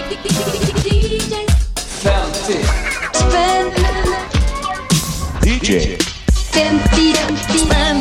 50 spänn. DJ 50 spänn.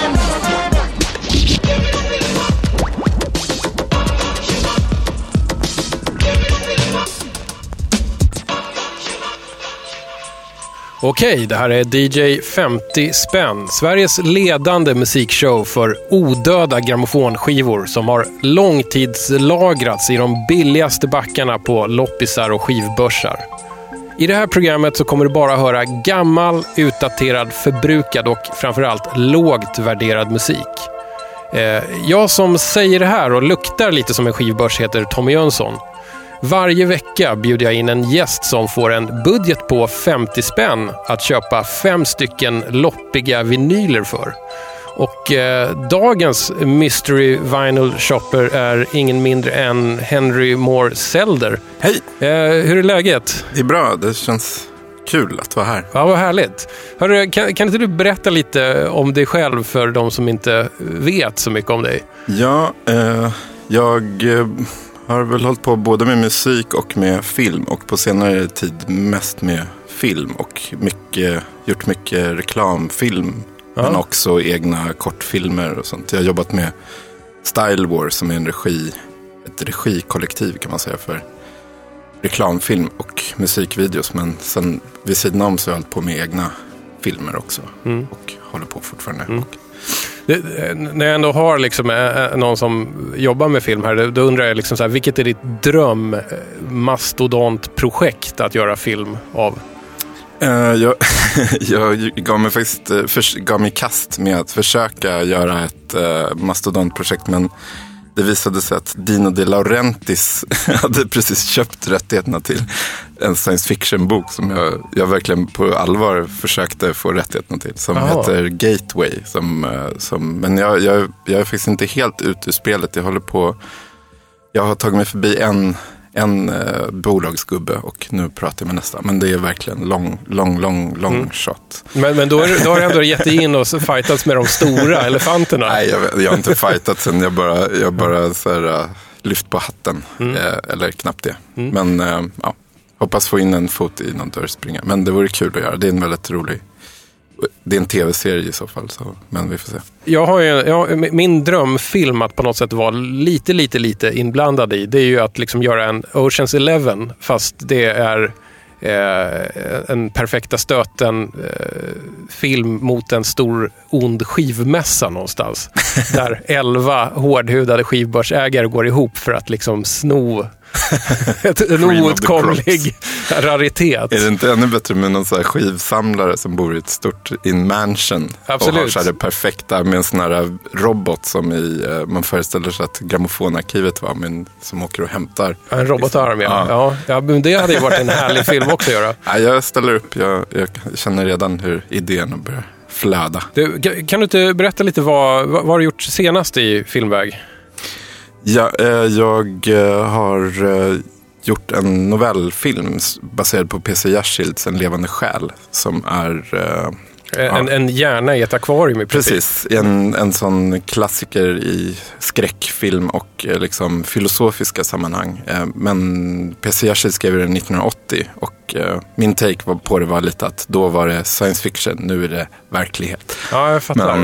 Okej, det här är DJ 50 spänn, Sveriges ledande musikshow för odöda grammofonskivor som har långtidslagrats i de billigaste backarna på loppisar och skivbörsar. I det här programmet så kommer du bara höra gammal, utdaterad, förbrukad och framförallt lågt värderad musik. Jag som säger det här och luktar lite som en skivbörs heter Tommy Jönsson. Varje vecka bjuder jag in en gäst som får en budget på 50 spänn att köpa 5 stycken loppiga vinyler för. Och dagens Mystery Vinyl Shopper är ingen mindre än Henry Moore Selder. Hej! Hur är läget? Det är bra, det känns kul att vara här. Ja, vad härligt. Hörru, kan inte du berätta lite om dig själv för de som inte vet så mycket om dig? Ja, jag har väl hållit på både med musik och med film. Och på senare tid mest med film och gjort mycket reklamfilm. Ja. Men också egna kortfilmer och sånt. Jag har jobbat med Style Wars som är ett regikollektiv kan man säga för reklamfilm och musikvideos. Men sen vid sidan om så har jag hållit på med egna filmer också. Och håller på fortfarande. När jag ändå har liksom någon som jobbar med film här, då undrar jag liksom så här, vilket är ditt drömmastodontprojekt att göra film av? Jag gav mig kast med att försöka göra ett mastodontprojekt, men det visade sig att Dino De Laurentiis hade precis köpt rättigheterna till en science fiction-bok som jag verkligen på allvar försökte få rättigheterna till. Som heter Gateway. Men jag är faktiskt inte helt ute ur spelet. Jag har tagit mig förbi en bolagsgubbe och nu pratar jag med nästa. Men det är verkligen lång shot. Men då har du ändå gett in och fightats med de stora elefanterna. Nej, jag har inte fightat sen. Jag bara så här, lyft på hatten. Eller knappt det. Men hoppas få in en fot i någon dörrspringa. Men det vore kul att göra. Det är en väldigt rolig... Det är en tv-serie i så fall, men vi får se. Jag har min drömfilm att på något sätt vara lite inblandad i. Det är ju att liksom göra en Ocean's 11, fast det är en perfekta stöten film mot en stor ond skivmässa någonstans. Där 11 hårdhudade skivbörsägare går ihop för att liksom sno en outkomlig raritet. Är det inte ännu bättre med någon så här skivsamlare som bor i ett stort mansion? Absolut. Och har så här det perfekta med en sån här robot som man föreställer sig att grammofonarkivet var, men som åker och hämtar. En robotarm, ja, men det hade ju varit en härlig film också att göra. Ja, jag ställer upp. Jag känner redan hur idén börjar flöda. Kan du inte berätta lite vad har du gjort senast i filmväg? Ja, jag har gjort en novellfilm baserad på P.C. Jersilds En levande själ som är... En hjärna i ett akvarium i princip. Precis, en sån klassiker i skräckfilm och liksom filosofiska sammanhang. Men P.C. Jersild skrev den 1980 och min take på det var lite att då var det science fiction, nu är det verklighet. Ja, jag fattar.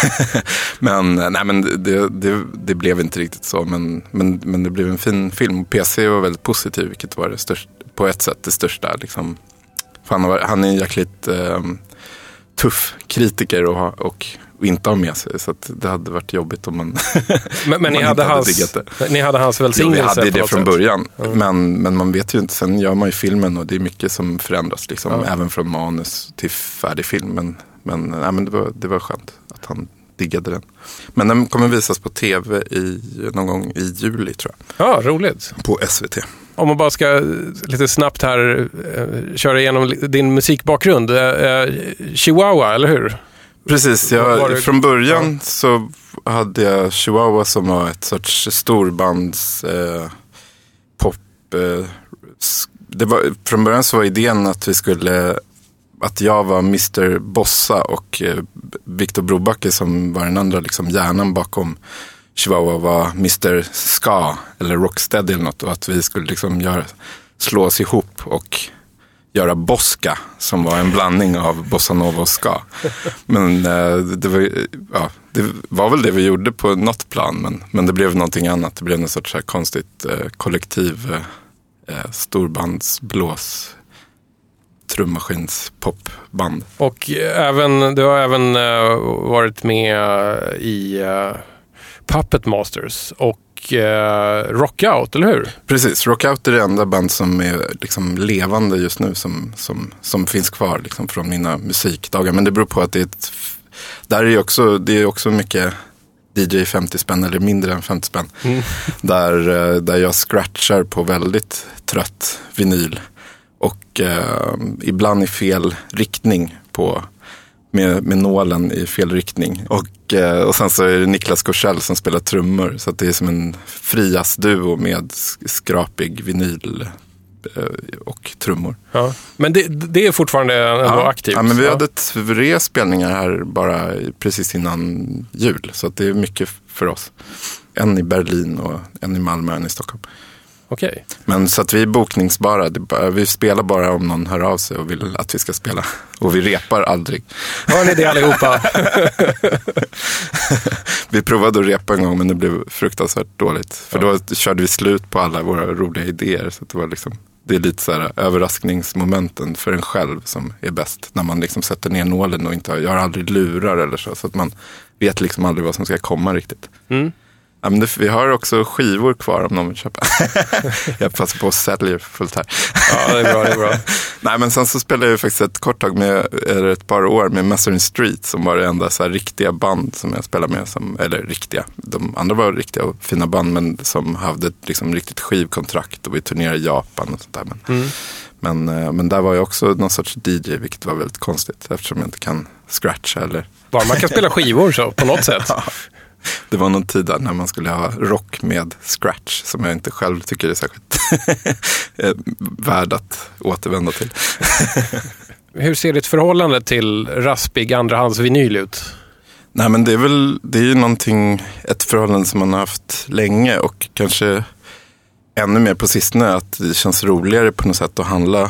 Men det blev inte riktigt så, men det blev en fin film. P.C. var väldigt positiv, vilket var det största, på ett sätt det största. Liksom. Han är jäkligt... tuff kritiker och inte ha med sig, så att det hade varit jobbigt om man men ni hade hans välsignelse. Ja, vi hade det från början, men man vet ju inte, sen gör man ju filmen och det är mycket som förändras liksom, även från manus till färdig film, men det var skönt att han diggade den. Men den kommer visas på tv någon gång i juli, tror jag. Ja, roligt. På SVT. Om man bara ska lite snabbt här köra igenom din musikbakgrund. Chihuahua, eller hur? Precis, från början så hade jag Chihuahua som var ett sorts storbands pop. Från början så var idén att jag var Mr. Bossa och Viktor Brobacke som var den andra liksom hjärnan bakom Chihuahua var Mr. Ska eller Rocksteady eller något, och att vi skulle liksom slå oss ihop och göra Bosca, som var en blandning av bossa nova och ska. Men det var väl det vi gjorde på något plan, men det blev någonting annat. Det blev en sorts så här konstigt kollektiv storbandsblås trummaskins popband. Och du har även varit med i Puppet Masters och Rockout, eller hur? Precis, Rockout är det enda band som är liksom levande just nu som finns kvar liksom från mina musikdagar. Men det beror på att det är också mycket DJ 50 spänn eller mindre än 50 spänn. Där jag scratchar på väldigt trött vinyl och ibland i fel riktning med nålen i fel riktning. Och sen så är det Niklas Korsell som spelar trummor, så att det är som en frias-duo med skrapig vinyl och trummor. Ja. Men det är fortfarande ändå aktivt? Ja, men vi hade 3 spelningar här bara precis innan jul, så att det är mycket för oss. En i Berlin och en i Malmö och en i Stockholm. Okej. Men så att vi är bokningsbara. Vi spelar bara om någon hör av sig och vill att vi ska spela. Och vi repar aldrig. Hör ni det allihopa? Vi provade att repa en gång, men det blev fruktansvärt dåligt. För då körde vi slut på alla våra roliga idéer. Så det var liksom, det är lite så här överraskningsmomenten för en själv som är bäst. När man liksom sätter ner nålen och jag har aldrig lurar eller så. Så att man vet liksom aldrig vad som ska komma riktigt. Mm. Ja, men vi har också skivor kvar om någon vill köpa. Jag passar på att sälja fullt här. Ja, det är bra. Nej, men sen så spelade jag faktiskt ett kort tag ett par år med Messer Street, som var det enda så här riktiga band som jag spelade med. Eller riktiga. De andra var riktiga och fina band, men som hade liksom riktigt skivkontrakt, och vi turnerade i Japan och sånt där. Men där var jag också någon sorts DJ, vilket var väldigt konstigt eftersom jag inte kan scratcha eller... Bara man kan spela skivor så på något sätt. Ja. Det var någon tid där när man skulle ha rock med scratch, som jag inte själv tycker är särskilt värd att återvända till. Hur ser ditt förhållande till raspig andrahandsvinyl ut? Nej, men det är ju ett förhållande som man har haft länge, och kanske ännu mer på sistone, att det känns roligare på något sätt att handla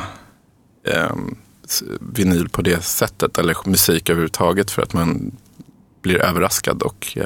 vinyl på det sättet, eller musik överhuvudtaget, för att man blir överraskad och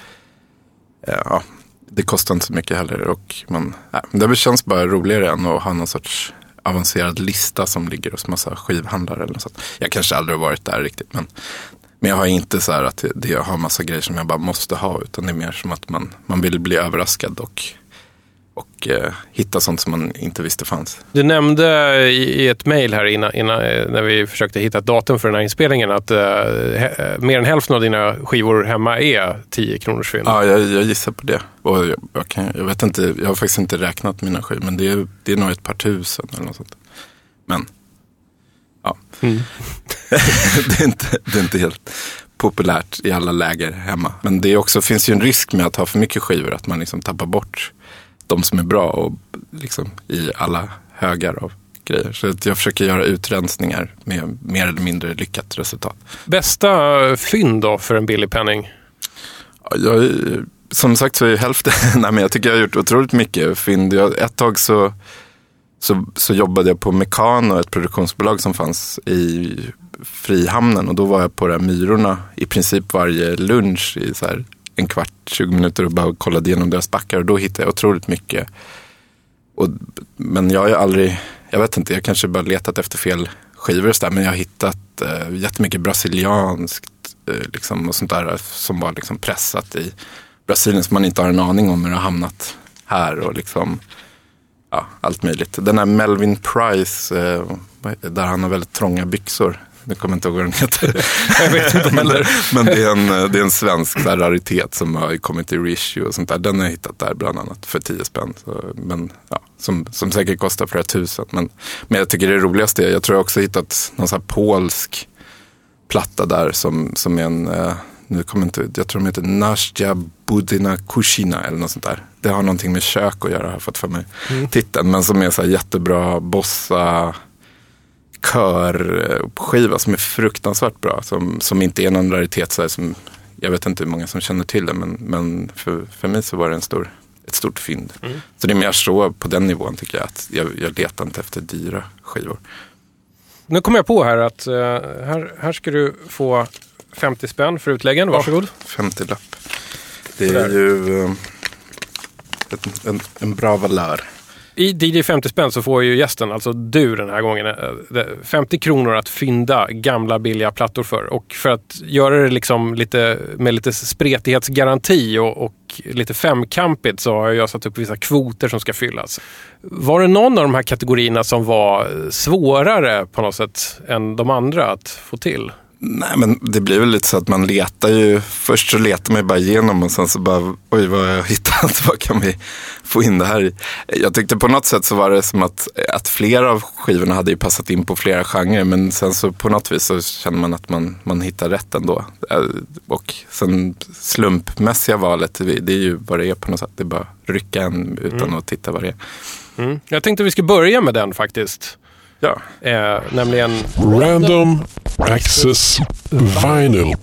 det kostar inte så mycket heller, och det känns bara roligare än att ha någon sorts avancerad lista som ligger hos massa skivhandlare eller något sånt. Jag kanske aldrig har varit där riktigt, men jag har inte så här att jag har massa grejer som jag bara måste ha, utan det är mer som att man vill bli överraskad och hitta sånt som man inte visste fanns. Du nämnde i ett mejl här innan när vi försökte hitta ett datum för den här inspelningen att mer än hälften av dina skivor hemma är 10 kronors fynd. Ja, jag gissar på det. Och jag vet inte, jag har faktiskt inte räknat mina skivor, men det är nog ett par tusen eller något sånt. Men ja. Det är inte helt populärt i alla läger hemma. Men det är också, finns ju en risk med att ha för mycket skivor, att man liksom tappar bort de som är bra och liksom i alla högar av grejer. Så att jag försöker göra utrensningar med mer eller mindre lyckat resultat. Bästa fynd då för en billig penning? Som sagt så är hälften. Nej, men jag tycker jag har gjort otroligt mycket fynd. Ett tag så jobbade jag på Mekano, ett produktionsbolag som fanns i Frihamnen, och då var jag på de här Myrorna i princip varje lunch i så här 15-20 minuter och bara kollade igenom deras backar, och då hittade jag otroligt mycket. Men jag har ju aldrig, jag vet inte, jag kanske bara letat efter fel skivor och så där, men jag har hittat jättemycket brasilianskt liksom, och sånt där som var liksom pressat i Brasilien, som man inte har en aning om hur det har hamnat här, och liksom allt möjligt. Den här Melvin Price där han har väldigt trånga byxor. Nu kommer jag inte ihåg vad den heter. Jag vet inte heller. Men det är en svensk där raritet som har kommit i reissue och sånt där. Den har jag hittat där bland annat för 10 spänn. Men som säkert kostar flera tusen. Men jag tycker det roligaste är, jag tror jag också hittat någon sån här polsk platta där som är en, nu kommer inte, jag tror de heter Nastja Budina Kushina eller något sånt där. Det har någonting med kök att göra, har jag fått för mig titeln. Men som är så här jättebra bossa körskiva som är fruktansvärt bra, som inte är någon raritet så här, som jag vet inte hur många som känner till det, men för mig så var det ett stort fynd. Så det är mer så på den nivån tycker jag, att jag letar inte efter dyra skivor. Nu kommer jag på här att här ska du få 50 spänn för utläggen. Varsågod. 50-lapp. Det är ju en bra valör. I DJ 50 spänn så får ju gästen, alltså du den här gången, 50 kronor att fynda gamla billiga plattor för. Och för att göra det liksom med lite spretighetsgaranti och lite femkampigt så har jag satt upp vissa kvoter som ska fyllas. Var det någon av de här kategorierna som var svårare på något sätt än de andra att få till? Nej, men det blir väl lite så att man letar ju. Först så letar man bara igenom och sen så bara, oj vad har jag hittat, vad kan vi få in det här i? Jag tyckte på något sätt så var det som att flera av skivorna hade ju passat in på flera genrer, men sen så på något vis så känner man att man hittar rätt ändå. Och sen slumpmässiga valet, det är ju vad det är på något sätt. Det är bara rycka en utan att titta vad det är. Jag tänkte vi ska börja med den faktiskt. Ja. Nämligen Random Access Vinyl.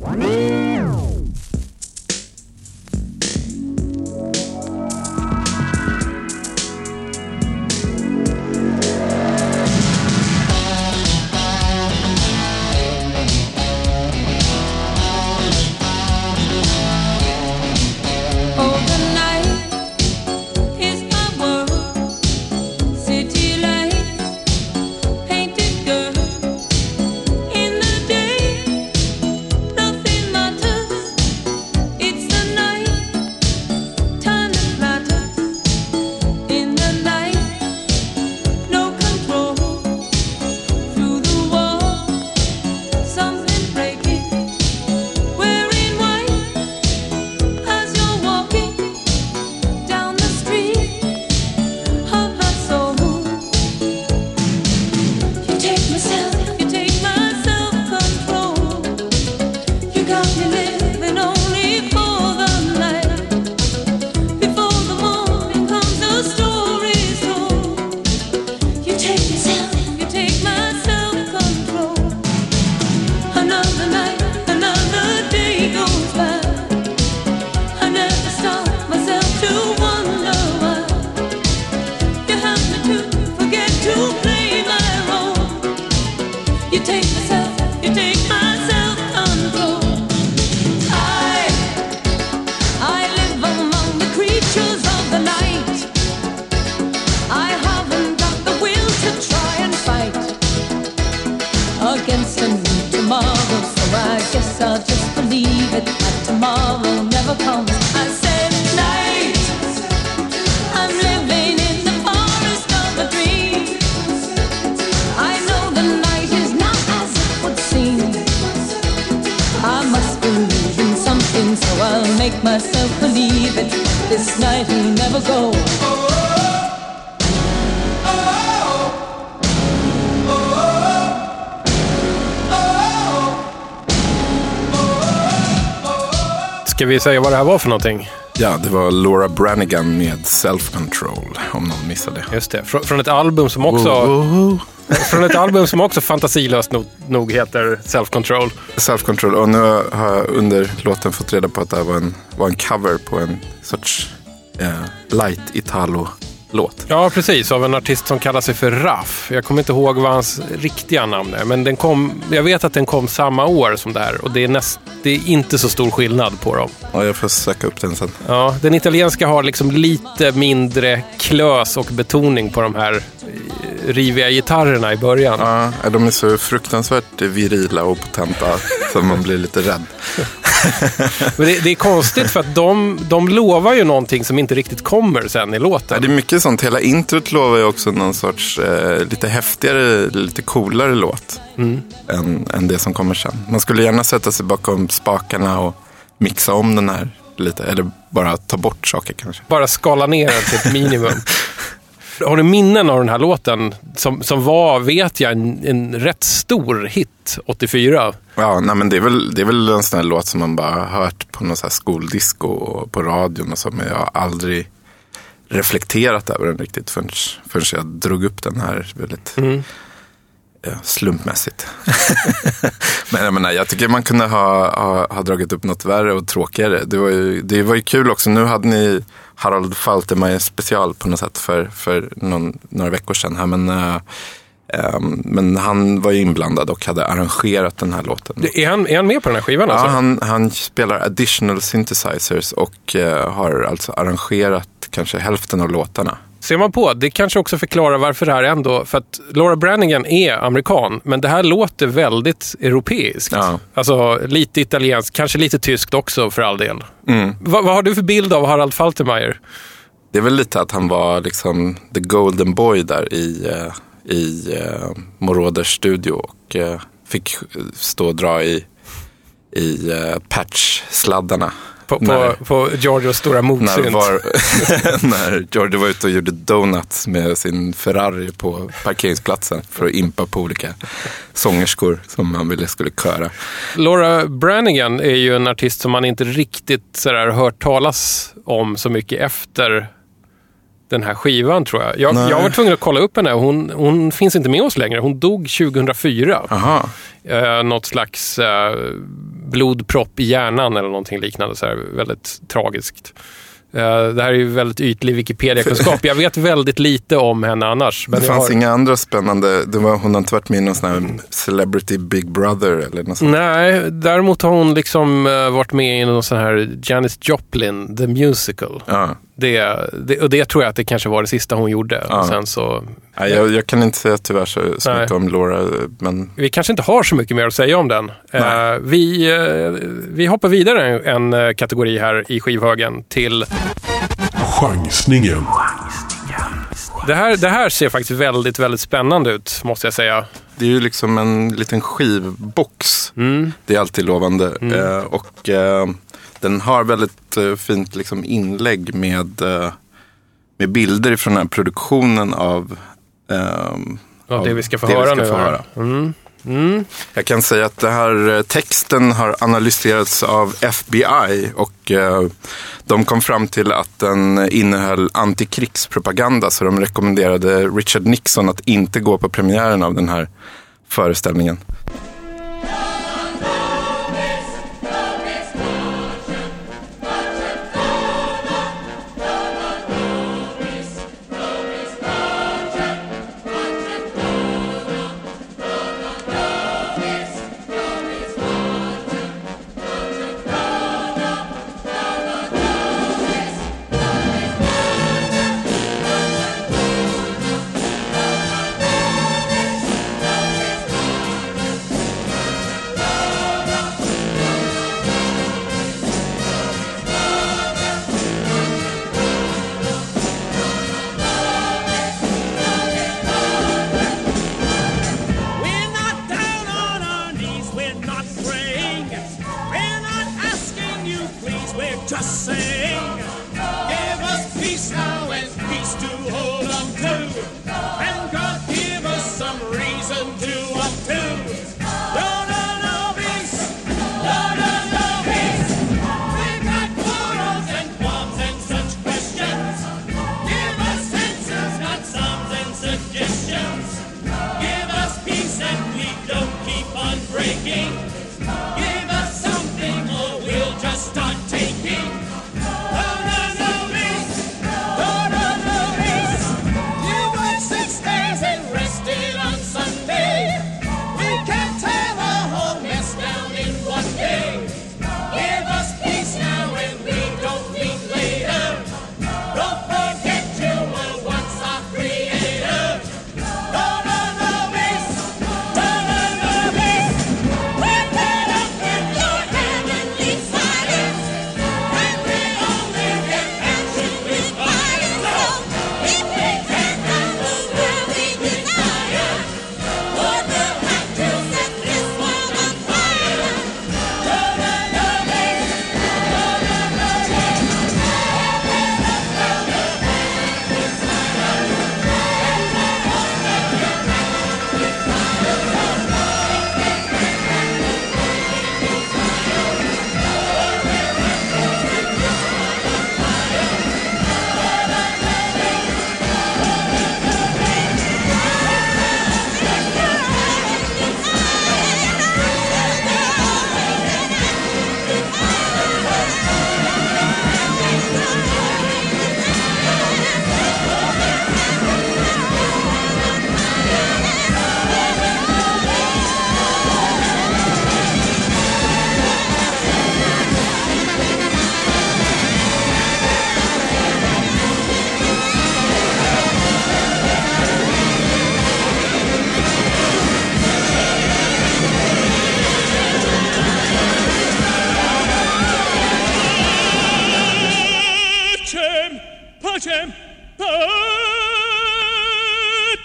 Ska vi säga vad det här var för någonting? Ja, det var Laura Branigan med Self Control, om någon missade det. Just det, från ett album som också från ett album som också fantasilöst nog heter Self Control. Self Control, och nu har jag under låten fått reda på att det här var en cover på en sorts light Italo-låt. Ja, precis, av en artist som kallar sig för Raff. Jag kommer inte ihåg vad hans riktiga namn är, men jag vet att den kom samma år som det här, och det är inte så stor skillnad på dem. Ja, jag får söka upp den sen. Ja, den italienska har liksom lite mindre klös och betoning på de här riviga gitarrerna i början. Ja, de är så fruktansvärt virila och potenta så man blir lite rädd. Men det är konstigt för att de lovar ju någonting som inte riktigt kommer sen i låten. Ja, det är mycket sånt. Hela introt lovar ju också någon sorts lite häftigare, lite coolare låt än det som kommer sen. Man skulle gärna sätta sig bakom spakarna och mixa om den här lite, eller bara ta bort saker kanske. Bara skala ner den till ett minimum. Har du minnen av den här låten som var, vet jag, en rätt stor hit 84? Ja, nej, men det är väl en sån här låt som man bara hört på någon så här skoldisco och på radion och så, men jag har aldrig reflekterat över den riktigt förrän jag drog upp den här väldigt slumpmässigt. Men jag menar, jag tycker man kunde ha dragit upp något värre och tråkigare. Det var ju kul också. Nu hade ni Harald Faltermeyer special på något sätt för några veckor sedan här. Men han var ju inblandad och hade arrangerat den här låten. Är han med på den här skivan? Alltså? Ja, han spelar additional synthesizers och har alltså arrangerat kanske hälften av låtarna. Ser man på, det kanske också förklarar varför det här ändå, för att Laura Branigan är amerikan, men det här låter väldigt europeiskt. Ja. Alltså lite italienskt, kanske lite tyskt också för all del. Mm. Vad har du för bild av Harald Faltermeyer? Det är väl lite att han var liksom the golden boy där i Moroders studio och fick stå och dra i patch-sladdarna. På Giorgios stora motsynt. När Giorgio var ute och gjorde donuts med sin Ferrari på parkeringsplatsen för att impa på olika sångerskor som man ville skulle köra. Laura Branigan är ju en artist som man inte riktigt sådär hört talas om så mycket efter den här skivan, tror jag. Jag var tvungen att kolla upp henne. Hon finns inte med oss längre. Hon dog 2004. Aha. Något slags blodpropp i hjärnan eller någonting liknande. Så här, väldigt tragiskt. Det här är ju väldigt ytlig Wikipedia-kunskap. Jag vet väldigt lite om henne annars. Men det fanns inga andra spännande. Hon har inte varit med i någon sån här Celebrity Big Brother eller något sånt. Nej, däremot har hon liksom varit med i någon sån här Janis Joplin, The Musical. Ja. Det tror jag att det kanske var det sista hon gjorde. Ja. Och sen så... Jag kan inte säga tyvärr så mycket om Laura. Men... Vi kanske inte har så mycket mer att säga om den. Vi hoppar vidare en kategori här i skivhögen till... Chansningen. Det här ser faktiskt väldigt, väldigt spännande ut, måste jag säga. Det är ju liksom en liten skivbox. Mm. Det är alltid lovande. Den har väldigt fint liksom inlägg med bilder från den här produktionen av det vi ska få höra nu. Jag kan säga att det här texten har analyserats av FBI och de kom fram till att den innehöll antikrigspropaganda, så de rekommenderade Richard Nixon att inte gå på premiären av den här föreställningen.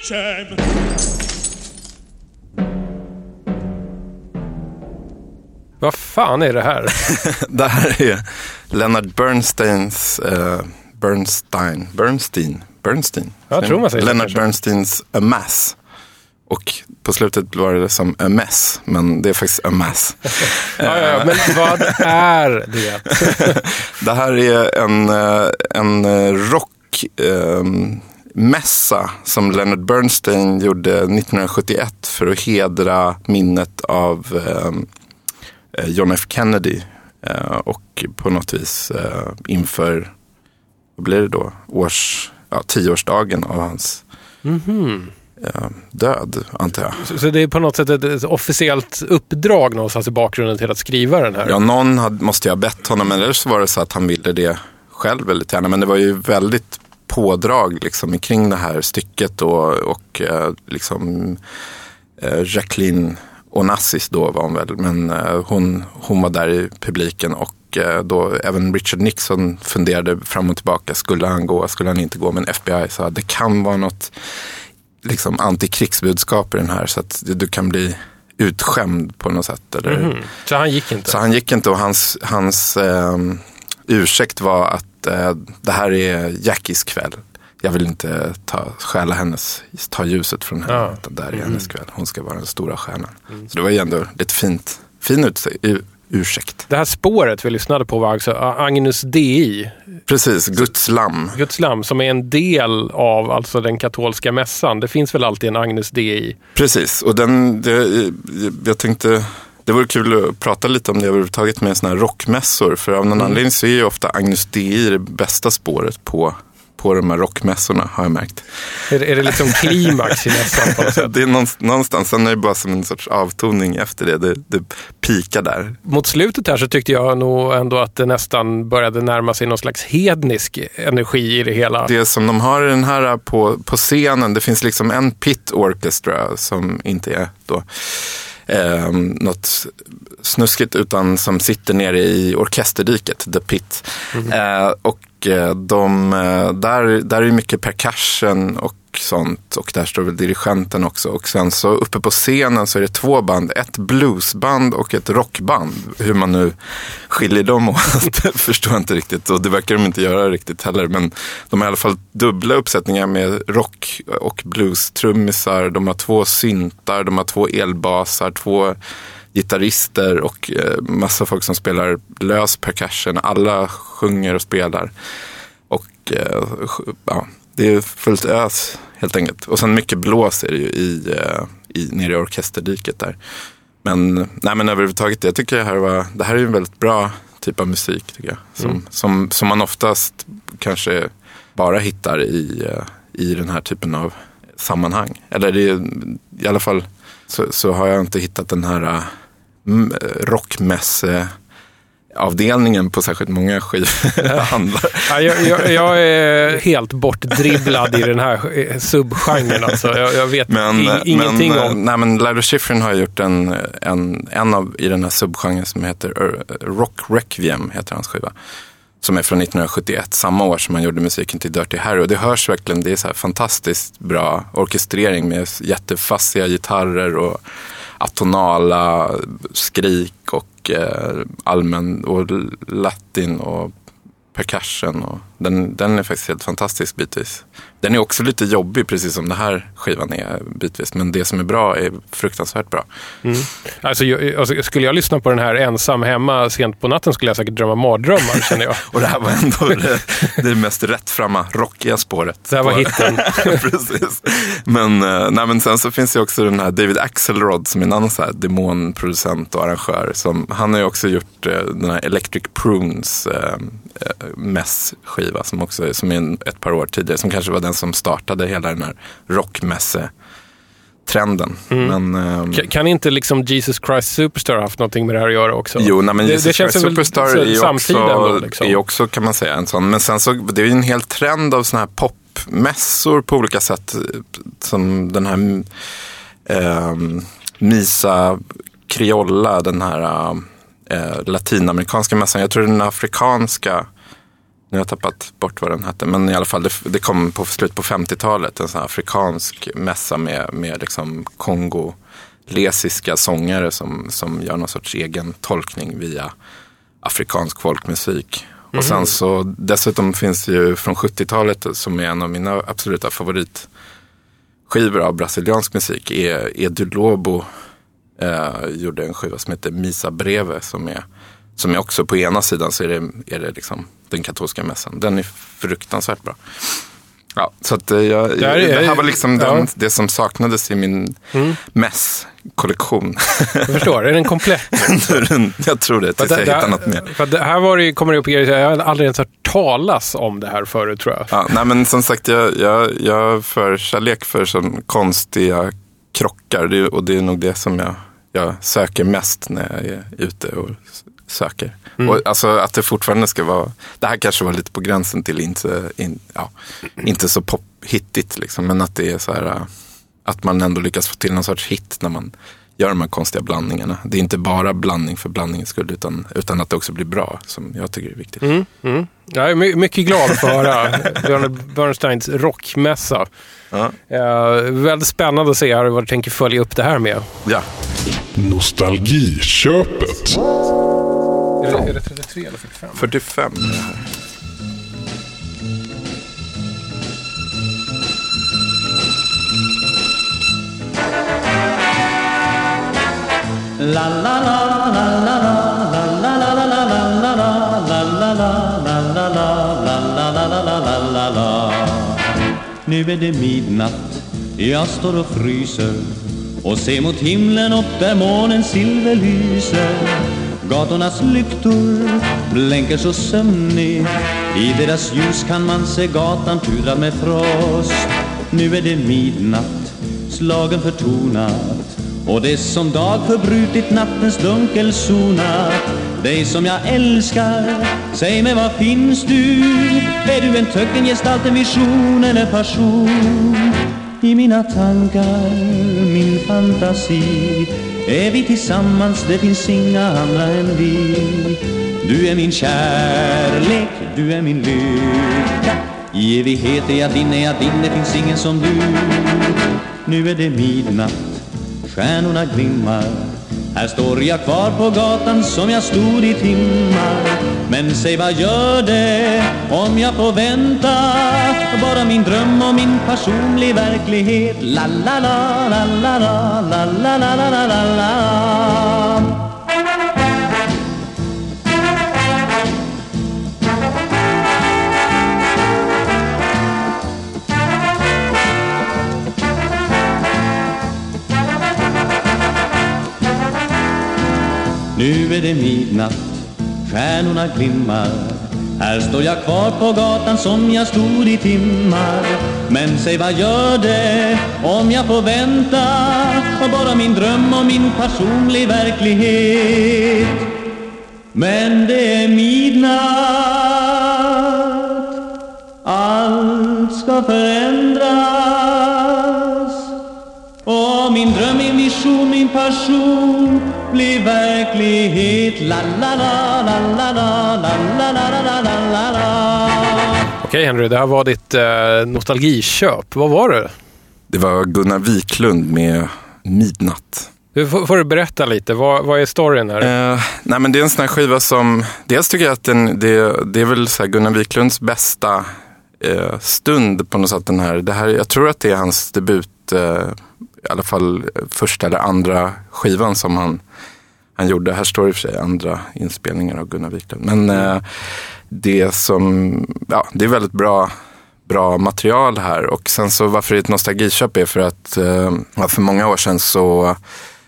Shame. Vad fan är det här? Det här är Leonard Bernsteins Bernstein. Jag tror man säger Leonard Bernsteins A Mass. Och på slutet var det som A Mess, men det är faktiskt A Mass. ja, men vad är det? Det här är en rockmässa som Leonard Bernstein gjorde 1971 för att hedra minnet av John F. Kennedy. Och på något vis inför, vad blir det då? 10-årsdagen av hans död, antar jag. Så det är på något sätt ett officiellt uppdrag någonstans i bakgrunden till att skriva den här? Ja, någon måste jag ha bett honom, men så var det så att han ville det själv väldigt gärna. Men det var ju väldigt pådrag liksom kring det här stycket och liksom Jacqueline Onassis då var hon väl, men hon var där i publiken och då även Richard Nixon funderade fram och tillbaka, skulle han gå, skulle han inte gå, men FBI sa att det kan vara något liksom antikrigsbudskap i den här så att du kan bli utskämd på något sätt. Eller? Så han gick inte? Så han gick inte och hans ursäkt var att det här är Jackies kväll. Jag vill inte ta ljuset från henne. Ja. Där är hennes kväll. Hon ska vara den stora stjärnan. Så det var ju ändå lite fin ursäkt. Det här spåret vi lyssnade på var alltså Agnus Dei. Precis, Guds lamm. Guds lamm som är en del av alltså den katolska mässan. Det finns väl alltid en Agnus Dei? Precis, och jag tänkte... Det vore kul att prata lite om det överhuvudtaget med såna här rockmässor. För av någon anledning så är ju ofta Agnus Dei det bästa spåret på de här rockmässorna, har jag märkt. Är det liksom klimax i mässan på något sätt? Det är någonstans, sen är det bara som en sorts avtoning efter det. Det pikar där. Mot slutet här så tyckte jag nog ändå att det nästan började närma sig någon slags hednisk energi i det hela. Det som de har i den här på scenen, det finns liksom en pit orchestra som inte är då något snuskigt utan som sitter nere i orkesterdiket, The Pit. Och där är mycket percussion och sånt, och där står väl dirigenten också, och sen så uppe på scenen så är det 2 band, ett bluesband och ett rockband. Hur man nu skiljer dem åt förstår jag inte riktigt, och det verkar de inte göra riktigt heller, men de har i alla fall dubbla uppsättningar med rock och blues-trummisar, de har 2 syntar, de har 2 elbasar, 2 gitarrister och massa folk som spelar lös percussion. Alla sjunger och spelar. Och ja, det är fullt ös helt enkelt. Och sen mycket blås är det ju nere i orkesterdiket där. Men överhuvudtaget, jag tycker det här är en väldigt bra typ av musik tycker jag. Som man oftast kanske bara hittar i den här typen av sammanhang. Eller det är, i alla fall så har jag inte hittat den här rockmässeavdelningen på särskilt många skivhandlar. Jag är helt bortdribblad i den här subgenren. Alltså. Jag vet ingenting om... Nej, men Lars Schifrin har gjort en av i den här subgenren som heter Rock Requiem, heter hans skiva. Som är från 1971, samma år som man gjorde musiken till Dirty Harry. Och det hörs verkligen, det är så här fantastiskt bra orkestrering med jättefassiga gitarrer och atonala skrik och allmän och latin och percussion. Och den är faktiskt helt fantastisk bitvis. Den är också lite jobbig, precis som den här skivan är bitvis. Men det som är bra är fruktansvärt bra. Alltså, skulle jag lyssna på den här ensam hemma sent på natten skulle jag säkert drömma mardrömmar, känner jag. Och det här var ändå det mest rättframma, rockiga spåret. Det här var hitten. Precis. Men sen så finns det också den här David Axelrod som är en annan så här demonproducent och arrangör. Han har ju också gjort den här Electric Prunes mässskiva som är ett par år tidigare, som kanske var den som startade hela den här rockmässe-trenden. Kan inte liksom Jesus Christ Superstar haft någonting med det här att göra också? Jo, men Jesus Christ Superstar är ju också, kan man säga, en sån. Men sen så, det är ju en hel trend av såna här popmässor på olika sätt, som den här Misa Criolla, den här latinamerikanska mässan. Jag tror den afrikanska Nu har jag tappat bort vad den hette. Men i alla fall, det kom på slut på 50-talet. En sån här afrikansk mässa med liksom kongolesiska sångare som gör någon sorts egen tolkning via afrikansk folkmusik. Och sen så, dessutom finns det ju från 70-talet som är en av mina absoluta favoritskivor av brasiliansk musik. Edu Lobo gjorde en skiva som heter Misa Breve som är också på ena sidan så är det liksom den katolska mässan. Den är fruktansvärt bra. Ja, så att det här var liksom det som saknades i min mässkollektion. Jag förstår, är den komplett? Jag tror det, tills jag hittar något mer. För det här kommer det upp, jag har aldrig ens hört talas om det här förut, tror jag. Ja, nej, men som sagt, jag för kärlek för sån konstiga krockar, och det är nog det som jag söker mest när jag är ute och söker. Och alltså att det fortfarande ska vara, det här kanske var lite på gränsen till inte så pop-hittigt liksom, men att det är så här att man ändå lyckas få till någon sorts hit när man gör de här konstiga blandningarna. Det är inte bara blandning för blandningens skull utan att det också blir bra, som jag tycker är viktigt. Jag är mycket glad för att höra Björn Bernsteins rockmässa. Ja. Väldigt spännande att se här vad du tänker följa upp det här med. Ja. Nostalgiköpet. Är det 33 eller 45? 45 är det här. La la la la la la la la la la la la. Nu är det midnatt, jag står och fryser och ser mot himlen upp där månen silver lyser. Gatornas lyktor blänker så sömnig, i deras ljus kan man se gatan pudrad med frost. Nu är det midnatt, slagen förtonat, och det som dag förbrutit nattens dunkelsonat. Dig som jag älskar, säg mig var finns du? Är du en töckengestalt, en vision eller passion? I mina tankar, min fantasi, är vi tillsammans, det finns inga andra än vi. Du är min kärlek, du är min lycka, i evighet är jag din, det finns ingen som du. Nu är det midnatt, stjärnorna glimmar, här står jag kvar på gatan som jag stod i timmar. Men säg, vad gör det om jag får vänta? Bara min dröm och min passion blir verklighet. La la la la la la la la la la la la. Nu är det midnatt, stjärnorna glimmar, här står jag kvar på gatan som jag stod i timmar. Men säg, vad gör det om jag får vänta? Och bara min dröm och min passion blir verklighet. Men det är midnatt, allt ska förändras, och min dröm, min vision, min passion blir verklighet. La la la la la la la la la la la la. Okej, Henry, det här var ditt nostalgiköp. Vad var det? Det var Gunnar Wiklund med Midnatt. Du får du berätta lite. Vad är storyn här? Nej, men det är en sån här skiva som, dels tycker jag att det är väl så här Gunnar Wiklunds bästa stund på något sätt. Det här, jag tror att det är hans debut, i alla fall första eller andra skivan som han gjorde. Här står i och för sig andra inspelningar av Gunnar Wiklund. Men det är väldigt bra material här. Och sen så varför det är ett nostalgiköp är för att för många år sedan så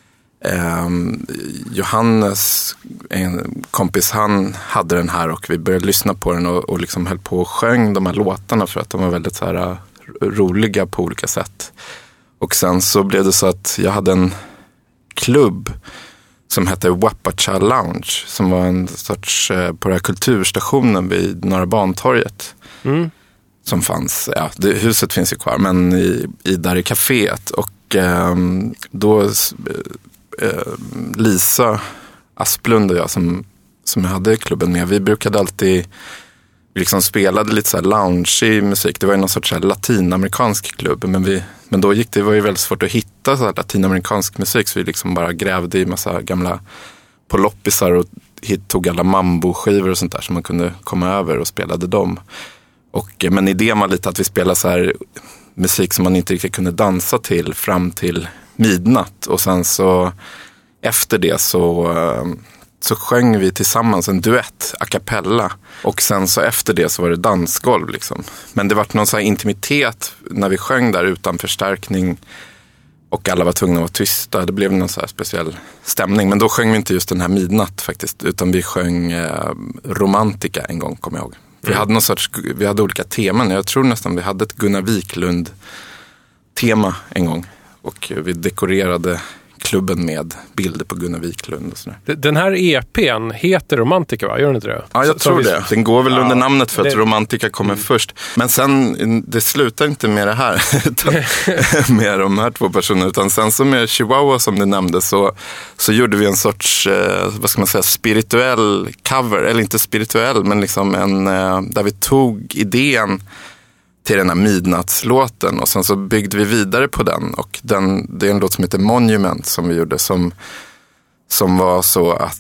Johannes, en kompis, han hade den här och vi började lyssna på den och liksom höll på och sjöng de här låtarna för att de var väldigt så här roliga på olika sätt. Och sen så blev det så att jag hade en klubb som hette Wapacha Lounge, som var en sorts på den här kulturstationen vid Norra Bantorget. Som fanns, huset finns ju kvar, men där i kaféet. Och då Lisa Asplund och jag som jag hade klubben med, vi brukade alltid vi liksom spelade lite så här lounge musik. Det var ju någon sorts så här latinamerikansk klubb. Men då var ju väldigt svårt att hitta så här latinamerikansk musik. Så vi liksom bara grävde i massa gamla på loppisar och tog alla mambo-skivor och sånt där som man kunde komma över och spelade dem. Men idén var lite att vi spelade så här musik som man inte riktigt kunde dansa till fram till midnatt. Och sen så efter det så sjöng vi tillsammans en duett a cappella. Och sen så efter det så var det dansgolv liksom. Men det var någon så här intimitet när vi sjöng där utan förstärkning. Och alla var tvungna att vara tysta. Det blev någon så här speciell stämning. Men då sjöng vi inte just den här midnatt faktiskt. Utan vi sjöng Romantica en gång, kommer jag ihåg. Vi hade olika teman. Jag tror nästan vi hade ett Gunnar Wiklund-tema en gång. Och vi dekorerade klubben med bilder på Gunnar Wiklund och sådär. Den här EP:n heter Romantica, va? Gör den inte det? Ja, jag tror det. Den går väl under namnet för att Romantica kommer först. Men sen, det slutar inte med det här. med de här två personerna. Utan sen så med Chihuahua som du nämnde så gjorde vi en sorts, vad ska man säga, spirituell cover. Eller inte spirituell, men liksom där vi tog idén till den här midnattslåten och sen så byggde vi vidare på den och det är en låt som heter Monument som vi gjorde som var så att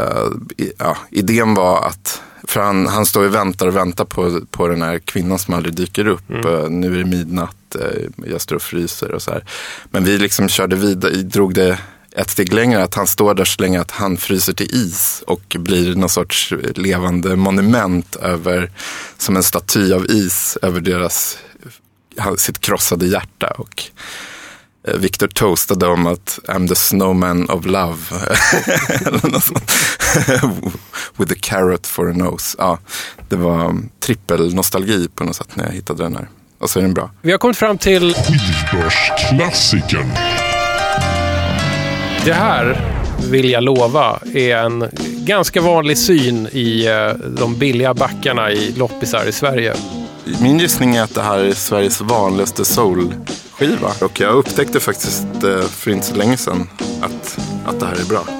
idén var att för han står och väntar på den här kvinnan som aldrig dyker upp. Nu är det midnatt, jag står och fryser och så här. Men vi liksom körde vidare, drog det ett steg längre, att han står där så länge att han fryser till is och blir någon sorts levande monument som en staty av is över sitt krossade hjärta. Och Victor toastade om att I'm the snowman of love eller något sånt. With a carrot for a nose. Ja, det var trippel nostalgi på något sätt när jag hittade den här. Och så är den bra. Vi har kommit fram till Skivbörsklassikern. Det här, vill jag lova, är en ganska vanlig syn i de billiga backarna i loppisar i Sverige. Min gissning är att det här är Sveriges vanligaste soulskiva. Och jag upptäckte faktiskt för inte så länge sedan att det här är bra.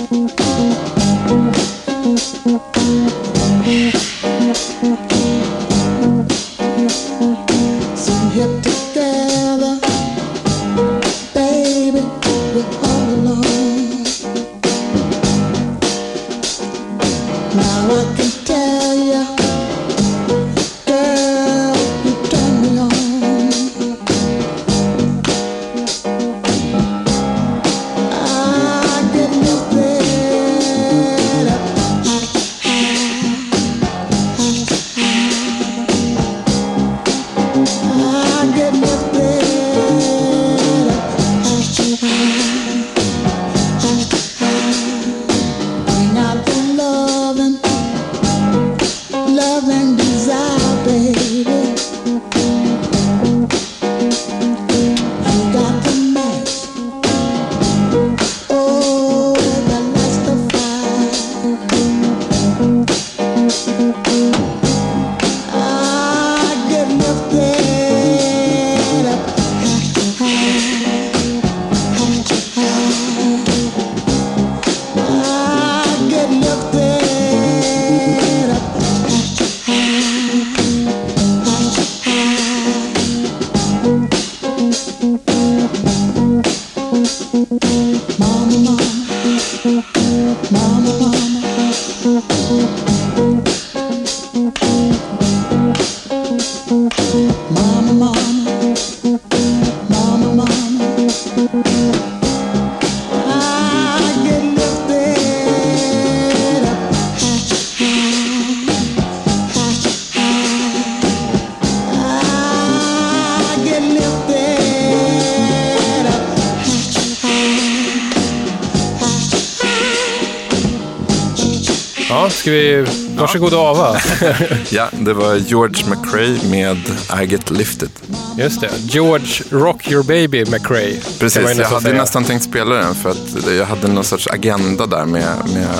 Ska vi... Varsågod och Ava. Ja, det var George McRae med I Get Lifted. Just det. George Rock Your Baby McRae. Precis, jag hade nästan tänkt spela den för att jag hade någon sorts agenda där med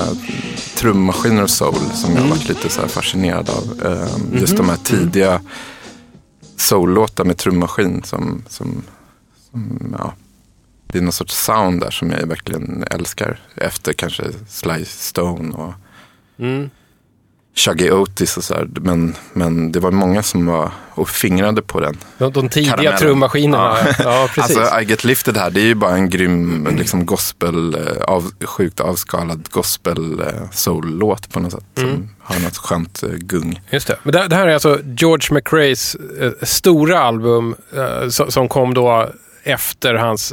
trummaskiner och soul som jag har varit lite så här fascinerad av. Just de här tidiga soul-låtar med trummaskin som ja, det är någon sorts sound där som jag verkligen älskar efter kanske Sly Stone och Shuggy Otis och så här, men det var många som var och fingrade på den. De tidiga trummaskinerna. Ja, precis. Alltså I Get Lifted här, det är ju bara en grym liksom gospel, sjukt avskalad gospel soul-låt på något sätt. Som har något skönt gung. Just det. Men det här är alltså George McRaes stora album som kom då efter hans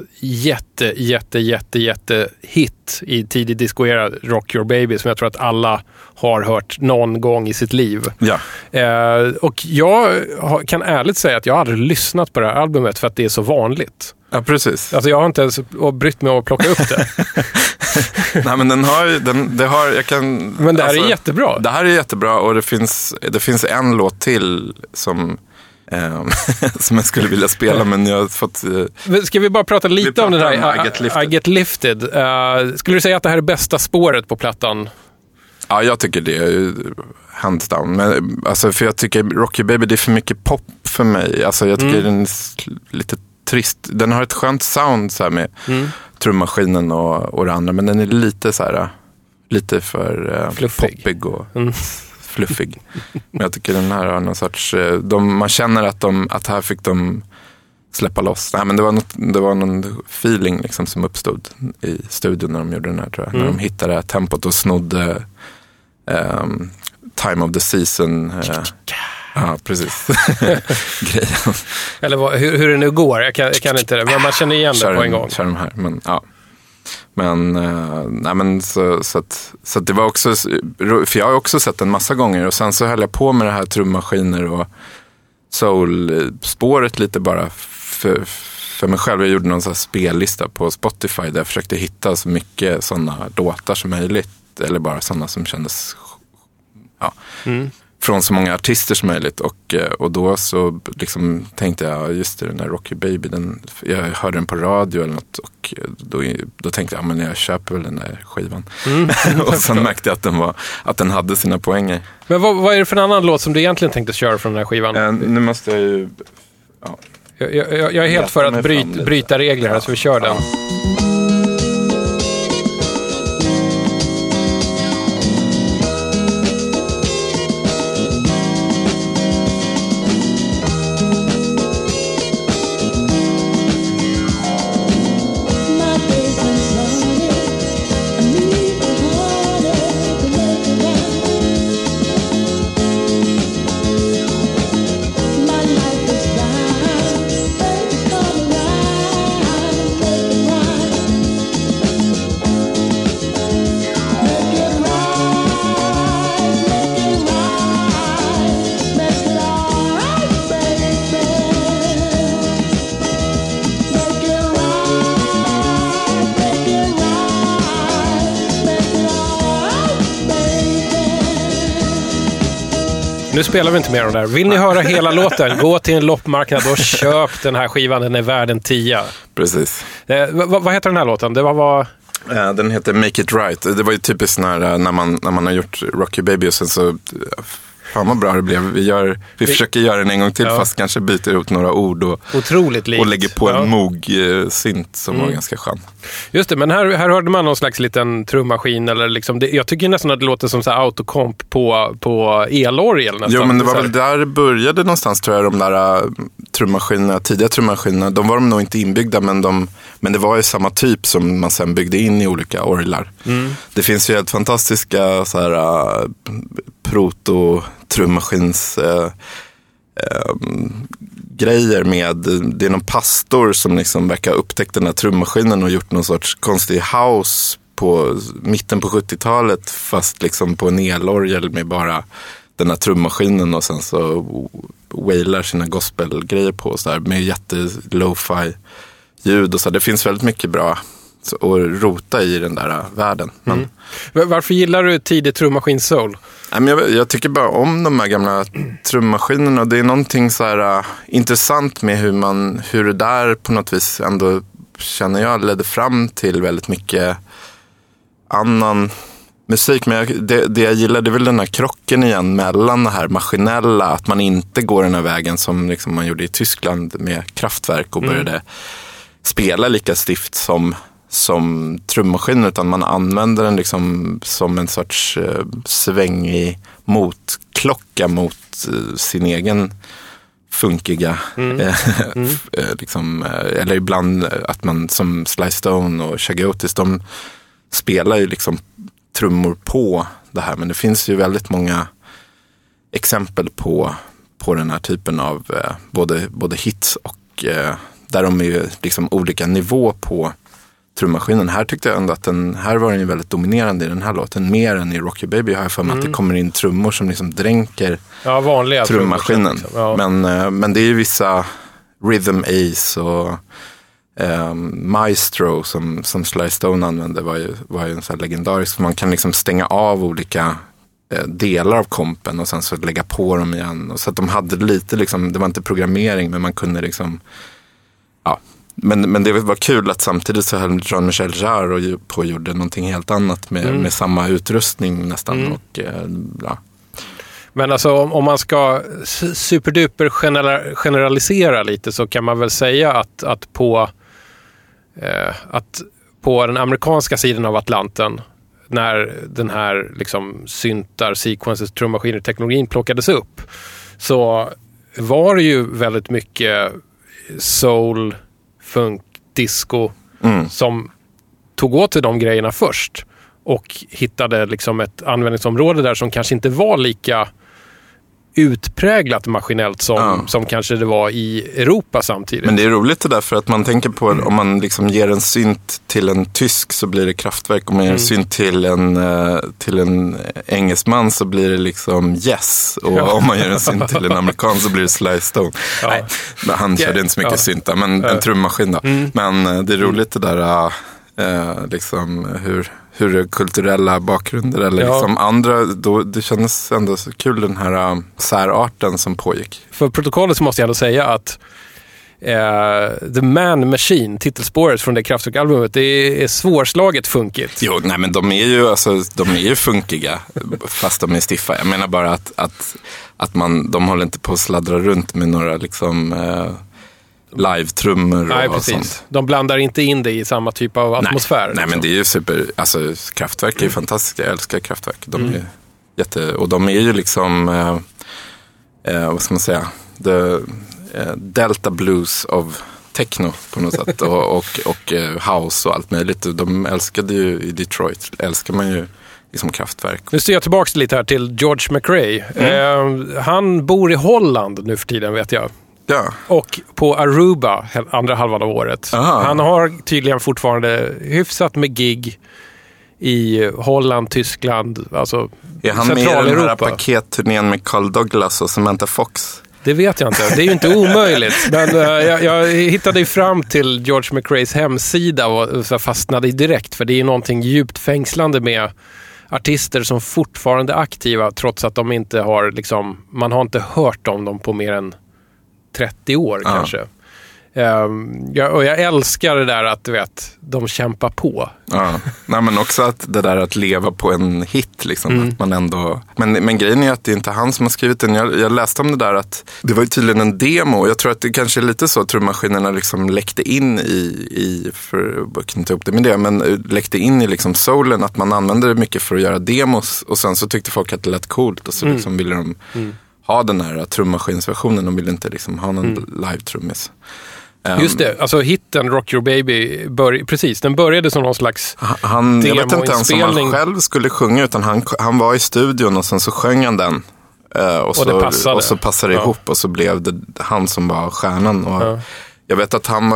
jätte hit i tidig disco-era, Rock Your Baby, som jag tror att alla har hört någon gång i sitt liv. Ja. Och jag kan ärligt säga att jag aldrig lyssnat på det här albumet för att det är så vanligt. Ja, precis. Alltså jag har inte ens brytt mig att plocka upp det. Nej, men Men det här är jättebra. Det här är jättebra och det finns en låt till som jag skulle vilja spela, men jag har fått... Ska vi bara prata lite om den här I Get Lifted? Skulle du säga att det här är bästa spåret på plattan? Ja, jag tycker det är hands down. Men, alltså, för jag tycker Rocky Baby, det är för mycket pop för mig. Alltså, jag tycker den är lite trist. Den har ett skönt sound så här, med trummaskinen och det andra, men den är lite så här, lite för poppig och fluffig. Men jag tycker den här har någon sorts... man känner att här fick de släppa loss. Nej, men det var någon feeling liksom som uppstod i studion när de gjorde den här, tror jag. När de hittade det här tempot och snodde Time of the Season. Ja, precis. Grejen. Eller hur det nu går. Jag kan inte det. Men man känner igen det på en gång. Kör de här, men ja. Men så att det var också, för jag har också sett den massa gånger och sen så höll jag på med det här trummaskiner och soul-spåret lite bara för mig själv. Jag gjorde någon sån här spellista på Spotify där jag försökte hitta så mycket sådana låtar som möjligt, eller bara sådana som kändes från så många artister som möjligt, och då så liksom tänkte jag, just det, den där Rocky Baby, jag hörde den på radio eller något, och då tänkte jag, men jag köper väl den där skivan. Och sen märkte jag att den hade sina poänger. Men vad är det för en annan låt som du egentligen tänkte köra från den här skivan? Nu måste jag ju... Ja. Jag är helt för att bryta regler här, så vi kör den. Nu spelar vi inte mer om det där. Vill ni höra hela låten, gå till en loppmarknad och köp den här skivan. Den är värd en 10. Precis. Vad heter den här låten? Det var... Den heter Make It Right. Det var ju typiskt när man har gjort Rocky Baby och sen så... Fan vad bra det blev. Vi försöker göra den en gång till, fast kanske byter ut några ord otroligt likt. Och lägger på en Moog-synt som var ganska skön. Just det, men här hörde man någon slags liten trummaskin eller liksom, jag tycker nästan att det låter som så här autokomp på elorgel nästan. Jo, men det var väl där det började någonstans, tror jag, de där trummaskinerna, tidiga trummaskinerna. De var nog inte inbyggda, men det var ju samma typ som man sen byggde in i olika orglar. Det finns ju helt fantastiska så här proto-trummaskins grejer med, det är någon pastor som liksom verkar ha upptäckt den här trummaskinen och gjort någon sorts konstig house på mitten på 70-talet, fast liksom på en elorgel med bara den här trummaskinen, och sen så wailar sina gospelgrejer på så där, med jätte-lo-fi ljud och så. Det finns väldigt mycket bra att rota i den där världen. Men varför gillar du tidig trummaskin-soul? Jag tycker bara om de här gamla trummaskinerna. Det är någonting så här intressant med hur det där på något vis ändå, känner jag, ledde fram till väldigt mycket annan musik. Men det jag gillar, det är väl den här krocken igen mellan det här maskinella, att man inte går den här vägen som liksom man gjorde i Tyskland med Kraftwerk och började spela lika stift som trummaskin, utan man använder den liksom som en sorts svängig motklocka mot sin egen funkiga liksom, eller ibland att man som Sly Stone och Shaggy Otis, de spelar ju liksom trummor på det här, men det finns ju väldigt många exempel på den här typen av både hits och där de är ju liksom olika nivå på trummaskinen. Här tyckte jag ändå att här var den ju väldigt dominerande i den här låten, mer än i Rock Your Baby har jag för mig att det kommer in trummor som liksom dränker vanliga trummaskinen. Liksom. Ja. Men det är ju vissa Rhythm Ace och Maestro som Sly Stone använde var ju en sån här legendarisk, för man kan liksom stänga av olika delar av kompen och sen så lägga på dem igen, och så att de hade lite liksom, det var inte programmering, men man kunde liksom men det var kul att samtidigt så höll Jean-Michel Jarre och gjorde någonting helt annat med samma utrustning nästan och Men alltså om man ska superduper generalisera lite, så kan man väl säga att på den amerikanska sidan av Atlanten, när den här liksom syntar, sequences, trummaskiner, teknologin plockades upp, så var det ju väldigt mycket soul, funk, disco som tog åt till de grejerna först och hittade liksom ett användningsområde där som kanske inte var lika utpräglat maskinellt som kanske det var i Europa samtidigt. Men det är roligt det där, för att man tänker på om man liksom ger en synt till en tysk så blir det Kraftwerk, om man ger en synt till en engelsman så blir det liksom Yes, och om man ger en synt till en amerikan så blir det Sly Stone. Nej, han körde inte så mycket synta, men en trummaskin då. Men det är roligt det där liksom hur kulturella bakgrunder eller liksom andra, då, det kändes ändå så kul, den här särarten som pågick. För protokollet så måste jag ändå säga att The Man Machine, titelspåret från det Kraftwerk-albumet, det är svårslaget funkigt. Jo, nej, men de är ju funkiga fast de är stiffa. Jag menar bara att de håller inte på att sladdra runt med några liksom live-trummor. Nej, och precis. sånt. De blandar inte in det i samma typ av atmosfär. Nej, men det är ju super. Alltså, Kraftwerk är ju fantastiska. Jag älskar Kraftwerk. De är och de är ju liksom vad ska man säga, Delta Blues of techno på något sätt och house och allt möjligt. De älskade ju i Detroit, älskar man ju liksom Kraftwerk. Nu ser jag tillbaka lite här till George McRae. Han bor i Holland nu för tiden, vet jag. Ja. Och på Aruba andra halvan av året. Aha. Han har tydligen fortfarande hyfsat med gig i Holland, Tyskland, alltså är han med i den här Centraleuropa. paketturnén med Carl Douglas och Samantha Fox? Det vet jag inte. Det är ju inte omöjligt. Men jag hittade ju fram till George McRaes hemsida och så fastnade direkt. För det är någonting djupt fängslande med artister som fortfarande är aktiva trots att de inte har liksom, man har inte hört om dem på mer än 30 år kanske. Och jag älskar det där att du vet, de kämpar på. Ja, nej, men också att det där att leva på en hit liksom, att man ändå, men grejen är att det är inte han som har skrivit den. Jag läste om det där att det var ju tydligen en demo. Jag tror att det kanske är lite så att trummaskinerna liksom läckte in i för jag kan inte upp det med det, men läckte in i liksom soulen, att man använde det mycket för att göra demos, och sen så tyckte folk att det lät coolt, och så liksom ville de ha den här trummaskinsversionen. De ville inte liksom ha någon live-trummis. Just det, alltså hitten Rock Your Baby, precis, den började som någon slags jag vet inte ens om han själv skulle sjunga, utan han var i studion och sen så sjöng han den. Och så passade det ihop, och så blev det han som var stjärnan. Och jag vet att han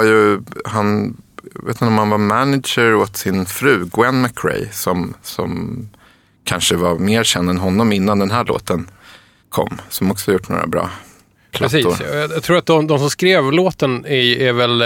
vet inte om han var manager åt sin fru Gwen McRae, som kanske var mer känd än honom innan den här låten kom, som också gjort några bra plattor. Precis, jag tror att de som skrev låten är väl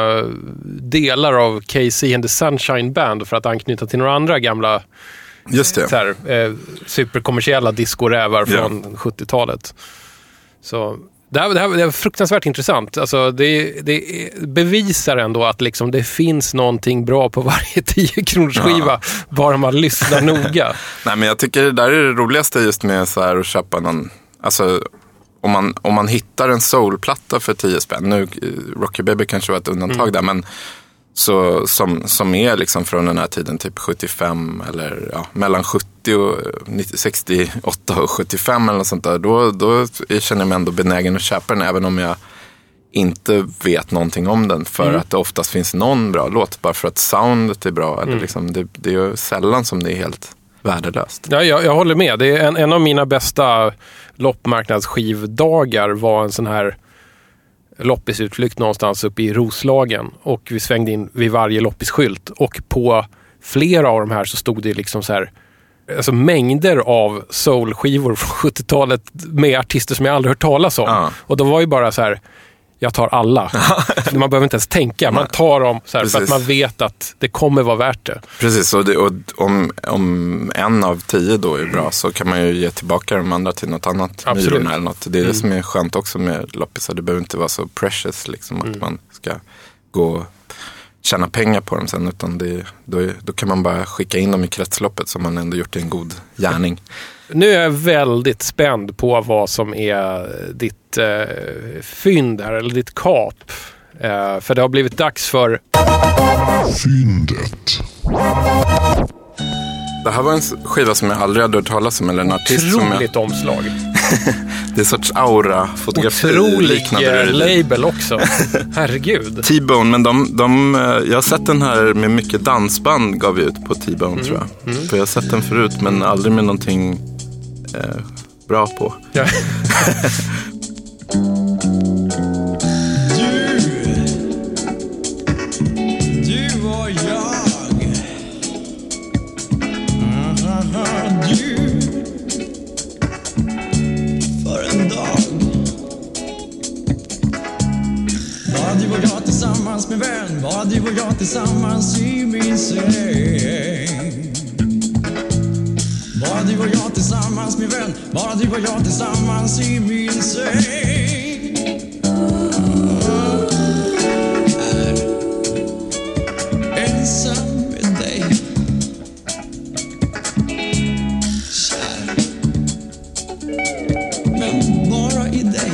delar av Casey and the Sunshine Band, för att anknyta till några andra gamla just det. Så här, superkommersiella diskorävar från 70-talet. Så det här är fruktansvärt intressant. Alltså, det bevisar ändå att liksom, det finns någonting bra på varje 10-kronors skiva, bara man lyssnar noga. Nej, men jag tycker det där är det roligaste just med så här att köpa någon, alltså om man hittar en soulplatta för 10 spänn, nu Rock Your Baby kanske var ett undantag där, men Så som är liksom från den här tiden, typ 75 eller mellan 70 och 68 och 75 eller något sånt där. Då känner jag mig ändå benägen att köpa den, även om jag inte vet någonting om den, för att det oftast finns någon bra låt, bara för att soundet är bra. Eller liksom, det är ju sällan som det är helt värdelöst. Ja, jag håller med. Det är en av mina bästa loppmarknadsskivdagar var en sån här loppisutflykt någonstans uppe i Roslagen, och vi svängde in vid varje loppisskylt, och på flera av de här så stod det liksom så här, alltså mängder av soulskivor från 70-talet med artister som jag aldrig hört talas om. Och då var ju bara så här, jag tar alla. Man behöver inte ens tänka. Man tar dem så här, för att man vet att det kommer vara värt det. Precis, och om en av 10 då är bra, så kan man ju ge tillbaka de andra till något annat. Myrorna eller något. Det är det som är skönt också med loppisar. Det behöver inte vara så precious liksom, att man ska gå och tjäna pengar på dem sen, utan då kan man bara skicka in dem i kretsloppet, som man ändå gjort en god gärning. Nu är jag väldigt spänd på vad som är ditt fynd här, eller ditt kap. För det har blivit dags för Fyndet. Det här var en skiva som jag aldrig hade hört talas om, eller en artist som otroligt omslag. Det är sorts aura-fotografi. Otrolig label också. Herregud. T-Bone, men jag har sett den här med mycket dansband, gav vi ut på T-Bone tror jag. För jag har sett den förut, men aldrig med någonting bra på. Ja. Du och jag. Du. För en dag. Var du och jag tillsammans med vän. Var du och jag tillsammans i min säng. Var du och jag tillsammans med vän. Var du och jag tillsammans i min säng. Är ensam med dig. Kär. Men bara i dig.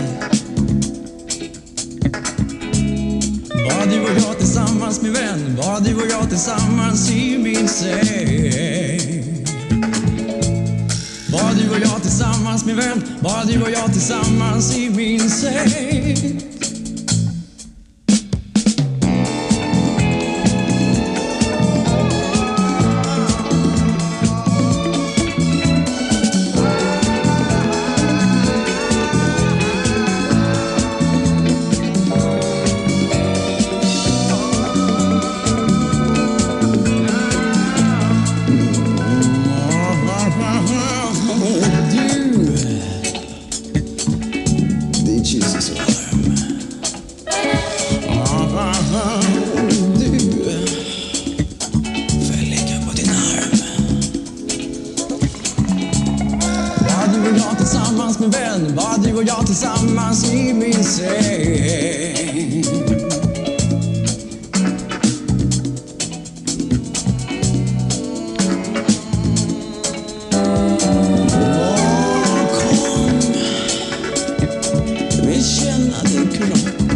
Var du och jag tillsammans med vän. Var du och jag tillsammans i min säng. Var du och jag tillsammans med vem? Var du och jag tillsammans i min säng? Tillsammans i min säng. Kom, vi känner din kropp.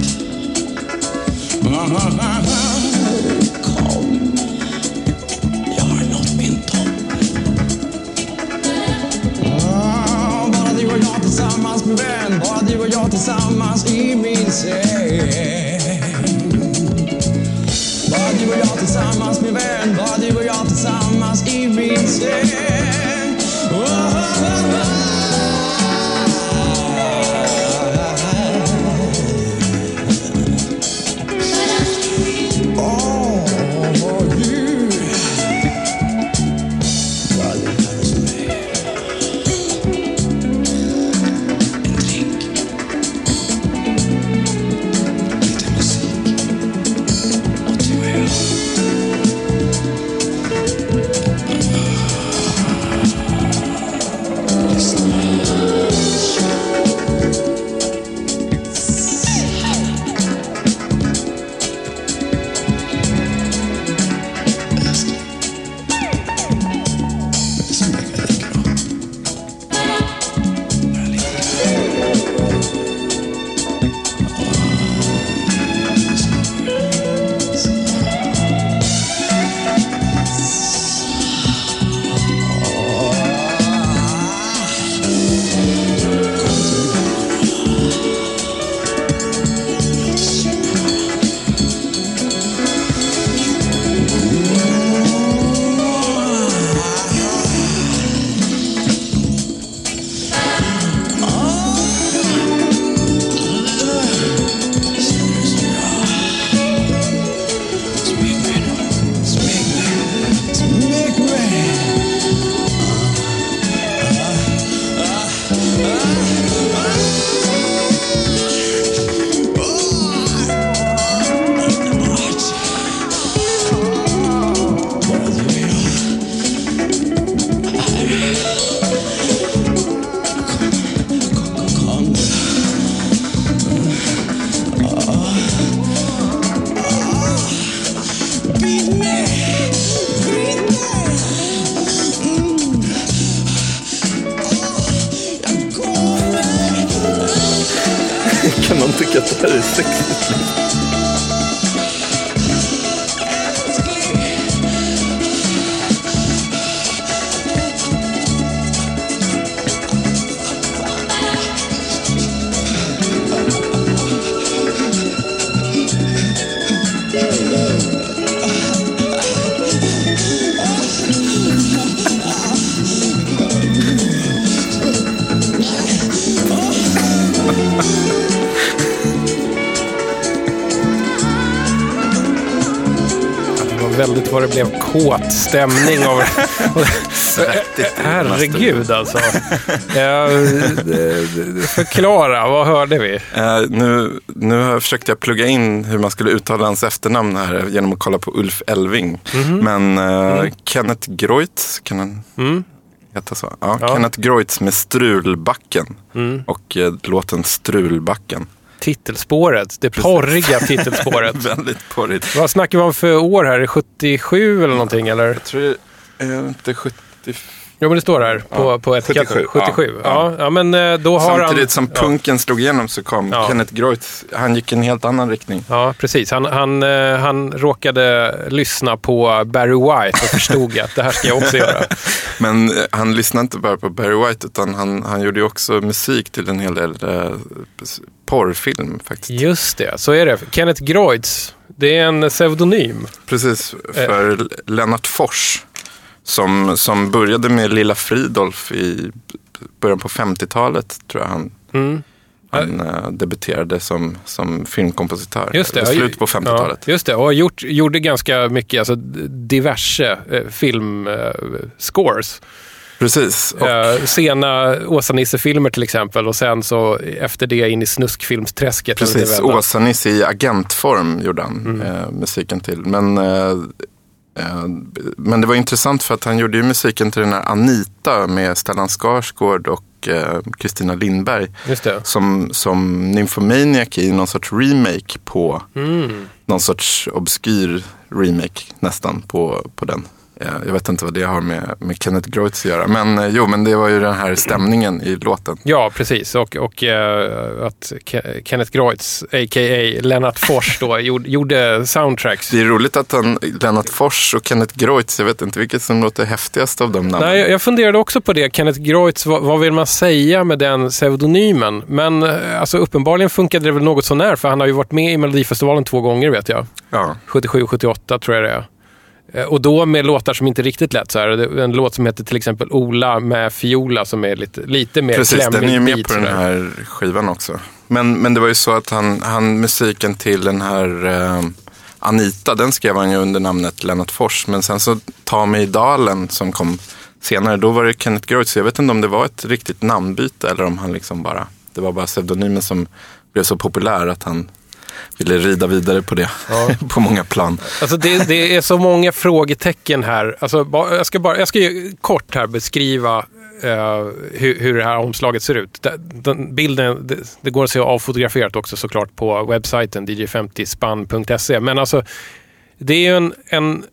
Kom, jag har nått min topp. Bara du och jag tillsammans med vän. Bara du och jag tillsammans i min säng. Bara du och jag tillsammans med vän. Bara du och jag tillsammans i min säng. Det är sexigt. Väldigt vad det blev kåt stämning av herregud alltså. Förklara, vad hörde vi? Nu har jag försökt plugga in hur man skulle uttala hans efternamn här genom att kolla på Ulf Elving. Men Kenneth Groitz, kan han heta så? Ja. Kenneth Groitz med Strulbacken och låten Strulbacken. Titelspåret, det porriga titelspåret. Väldigt porrigt. Vad snackar vi om för år här? 77 eller någonting, eller? Jag tror inte 75. Jo, men det står här på etiketten. 77. Ja, men då har samtidigt som punken slog igenom så kom Kenneth Groitz. Han gick i en helt annan riktning. Ja, precis. Han råkade lyssna på Barry White och förstod att det här ska jag också göra. Men han lyssnade inte bara på Barry White, utan han gjorde ju också musik till en hel del porrfilm faktiskt. Just det, så är det. Kenneth Groitz, det är en pseudonym. Precis, för Lennart Fors. Som började med Lilla Fridolf i början på 50-talet, tror jag han debuterade som filmkompositör. Just det, slut på 50-talet. Ja, just det, och gjorde ganska mycket, alltså diverse filmscores. Precis. Sena Åsa-Nisse-filmer till exempel, och sen så efter det in i snuskfilmsträsket. Precis, Åsa-Nisse i agentform gjorde han musiken till. Men det var intressant för att han gjorde ju musiken till den här Anita med Stellan Skarsgård och Kristina Lindberg. Just det. Som Nymphomaniac i någon sorts remake på någon sorts obskyr remake nästan på den. Jag vet inte vad det har med Kenneth Groitz att göra. Men det var ju den här stämningen i låten. Ja, precis. Och att Kenneth Groitz, a.k.a. Lennart Fors då, gjorde soundtracks. Det är roligt att Lennart Fors och Kenneth Groitz, jag vet inte vilket som låter häftigast av de namnen. Nej, jag funderade också på det. Kenneth Groitz, vad vill man säga med den pseudonymen? Men alltså, uppenbarligen funkade det väl något så när, för han har ju varit med i Melodifestivalen 2 gånger, vet jag. Ja. 77 och 78 tror jag det är. Och då med låtar som inte riktigt lät så här. En låt som heter till exempel Ola med Fiola, som är lite mer precis, klämmig. Den är ju med på den här skivan också. Men det var ju så att han musiken till den här Anita, den skrev han ju under namnet Lennart Fors. Men sen så Ta mig i dalen som kom senare, då var det Kenneth Groitz. Jag vet inte om det var ett riktigt namnbyte eller om han liksom det var bara pseudonymen som blev så populär att han ville rida vidare på det på många plan. Alltså det är så många frågetecken här. Alltså jag ska kort här beskriva hur det här omslaget ser ut. Den bilden, det går att se avfotograferat också såklart på webbsajten dj50span.se. Men alltså det är ju en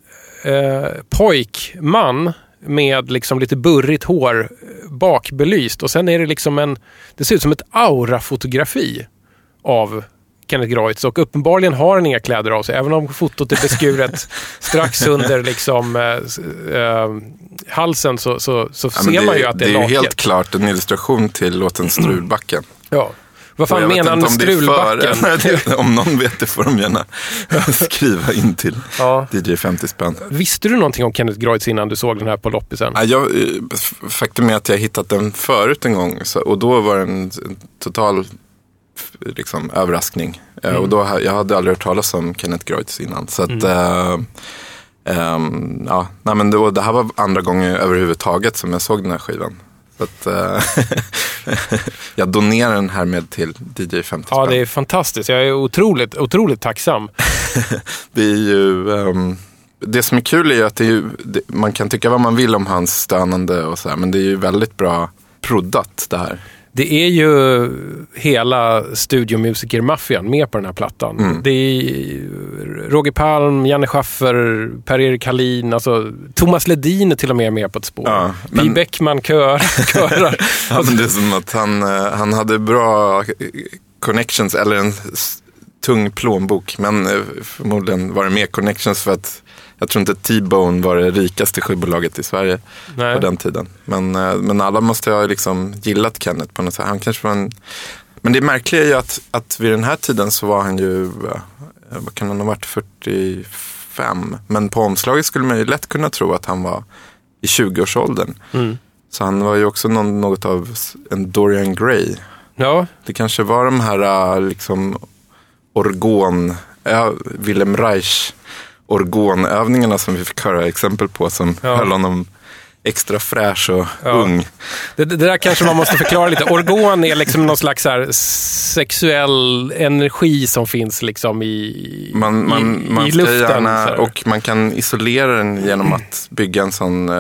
pojkman med liksom lite burrigt hår bakbelyst, och sen är det liksom det ser ut som ett aurafotografi av Kenneth Groitz, och uppenbarligen har han inga kläder av sig, även om fotot är beskuret strax under liksom halsen så ser man ju att det är naket. Det är ju helt klart en illustration till låten Strulbacken. Ja. Vad fan menar han med Strulbacken? Om någon vet det får de gärna skriva in till DJ 50 spänn. Visste du någonting om Kenneth Groitz innan du såg den här på loppisen? Faktum är att jag hittat den förut en gång, och då var det en total liksom överraskning. Och då jag hade aldrig hört talas om Kenneth Groitz innan. Så att men det här var andra gången överhuvudtaget som jag såg den här skivan. Så att jag donerar den här med till DJ 50 spänn. Ja, det är fantastiskt. Jag är otroligt tacksam. Det är ju det som är kul är att man kan tycka vad man vill om hans stönande och så här, men det är ju väldigt bra proddat det här. Det är ju hela studiomusikermaffian med på den här plattan. Det är Roger Palm, Janne Schaffer, Per-Erik Hallin, alltså Thomas Ledin är till och med på ett spår. Ja, Pi Bäckman körar. Ja, men det är som att han hade bra connections eller en tung plånbok. Men förmodligen var det mer connections för att jag tror inte T-Bone var det rikaste skivbolaget i Sverige på den tiden. Men alla måste ha liksom gillat Kenneth på något sätt. Han kanske var en... Men det märkliga är ju att vid den här tiden så var han ju, vad kan han ha varit, 45. Men på omslaget skulle man ju lätt kunna tro att han var i 20-årsåldern. Så han var ju också något av en Dorian Gray. Ja. Det kanske var de här liksom Willem Reich orgonövningarna som vi fick höra exempel på som höll honom extra fräsch och ung. Det där kanske man måste förklara lite. Orgon är liksom någon slags här sexuell energi som finns liksom i luften. Gärna, och man kan isolera den genom att bygga en sån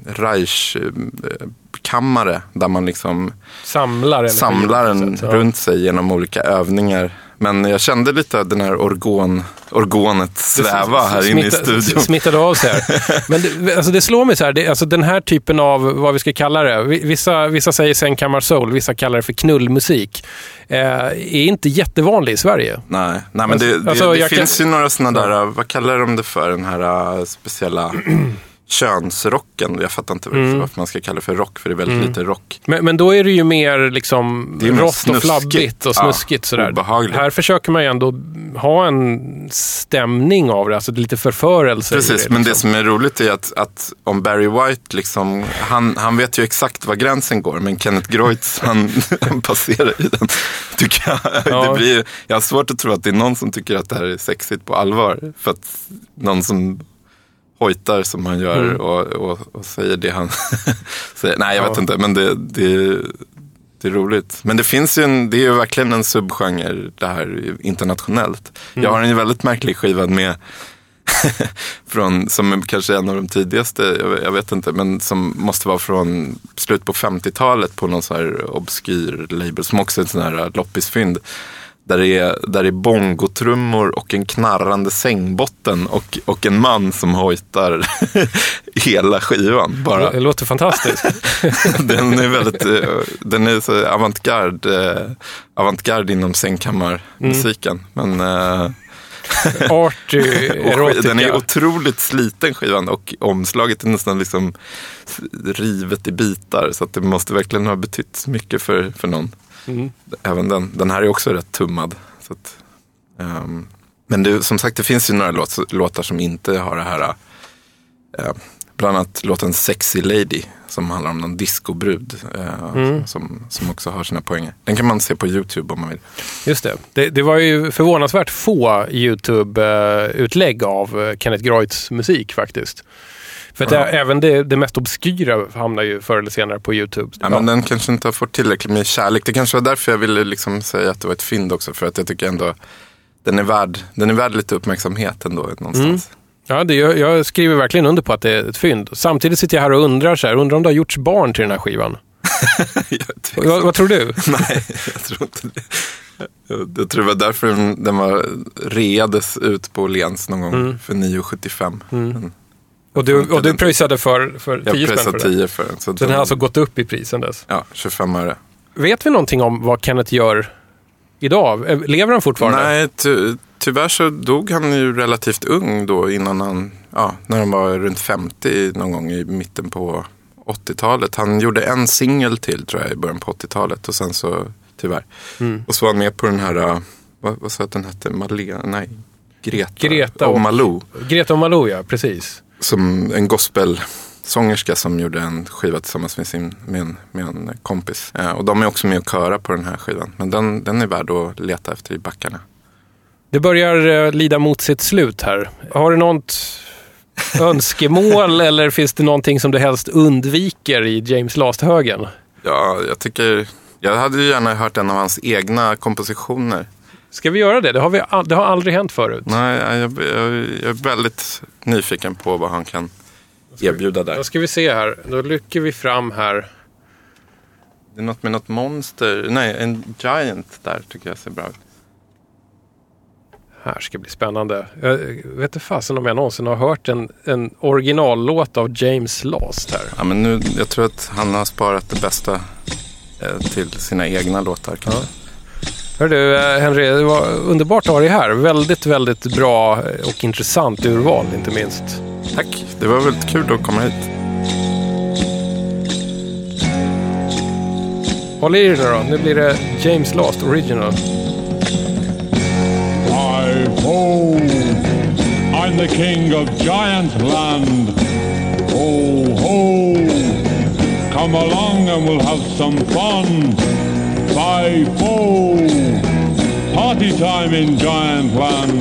Reich-kammare där man liksom samlar den runt sig genom olika övningar. Men jag kände lite den här orgonet sväva här inne i studion. Smittade av sig här. Men det slår mig så här, alltså den här typen av, vad vi ska kalla det, vissa säger sängkammarsoul, vissa kallar det för knullmusik, är inte jättevanlig i Sverige. Nej men det finns ju några sådana där, vad kallar de det för, den här speciella... könsrocken, jag fattar inte varför man ska kalla det för rock, för det är väldigt lite rock. Men då är det ju mer liksom rått och flabbigt och snuskigt sådär. Obehagligt. Här försöker man ju ändå ha en stämning av det, alltså lite förförelse. Precis, i det, liksom. Men det som är roligt är att om Barry White liksom, han vet ju exakt var gränsen går, men Kenneth Groitz han passerar i den, tycker jag. Ja. Jag har svårt att tro att det är någon som tycker att det här är sexigt på allvar, för att någon som hojtar som han gör och säger det han säger. Nej, jag vet inte, men det är roligt. Men det finns ju det är ju verkligen en subgenre det här internationellt. Jag har en väldigt märklig skiva med som kanske är en av de tidigaste, jag vet inte, men som måste vara från slut på 50-talet på någon sån här obskyr label som också är en sån här loppisfynd. Där det är bongotrummor och en knarrande sängbotten och en man som hojtar hela skivan. Bara. Det låter fantastiskt. Den är så avantgarde inom sängkammarmusiken. Men arty erotica. Den är otroligt sliten skivan och omslaget är nästan liksom rivet i bitar, så att det måste verkligen ha betytt mycket för någon. Även den här är också rätt tummad, så att, men som sagt, det finns ju några låtar som inte har det här, bland annat låten Sexy Lady som handlar om någon discobrud som också har sina poänger. Den kan man se på YouTube om man vill. Just det var ju förvånansvärt få YouTube-utlägg av Kenneth Groitz musik faktiskt. För att även det mest obskyra hamnar ju förr eller senare på YouTube. Ja, men den kanske inte har fått tillräckligt med kärlek. Det kanske var därför jag ville liksom säga att det var ett fynd också. För att jag tycker ändå den är värd lite uppmärksamhet ändå någonstans. Ja, jag skriver verkligen under på att det är ett fynd. Samtidigt sitter jag här och undrar om det har gjorts barn till den här skivan. Vad tror du? Nej, jag tror inte det. Jag tror det var därför den var reades ut på Åhléns någon gång för 9,75. Och du pröjsade för 10 spänn för det? Jag pröjsade 10 för den. Så den har alltså gått upp i prisen dess? Ja, 25 öre. Vet vi någonting om vad Kenneth gör idag? Lever han fortfarande? Nej, tyvärr så dog han ju relativt ung då, innan när han var runt 50 någon gång i mitten på 80-talet. Han gjorde en singel till, tror jag, i början på 80-talet och sen så, tyvärr. Och så var han med på den här, vad sa att den hette? Greta och Malou. Greta och Malou, ja, precis. Som en gospelsångerska som gjorde en skiva tillsammans med en kompis. Och de är också med och köra på den här skivan. Men den är värd att leta efter i backarna. Det börjar lida mot sitt slut här. Har du något önskemål eller finns det någonting som du helst undviker i James Last-högen? Ja, jag hade ju gärna hört en av hans egna kompositioner. Ska vi göra det? Det har aldrig hänt förut. Nej, jag är väldigt nyfiken på vad han kan erbjuda där. Då ska vi se här. Då lycker vi fram här. Det är något med något monster. Nej, en giant där tycker jag ser bra ut. Här ska bli spännande. Jag vet inte fasen om jag någonsin har hört en originallåt av James Last här. Ja, men jag tror att han har sparat det bästa till sina egna låtar. Ja. Hör du, Henry, det var underbart att ha dig här. Väldigt, väldigt bra och intressant urval, inte minst. Tack, det var väldigt kul att komma hit. Håll i dig nu då, nu blir det James Last Original. Hi-ho, I'm the king of Giantland. Ho-ho, come along and we'll have some fun. Hi-ho, party time in Giantland.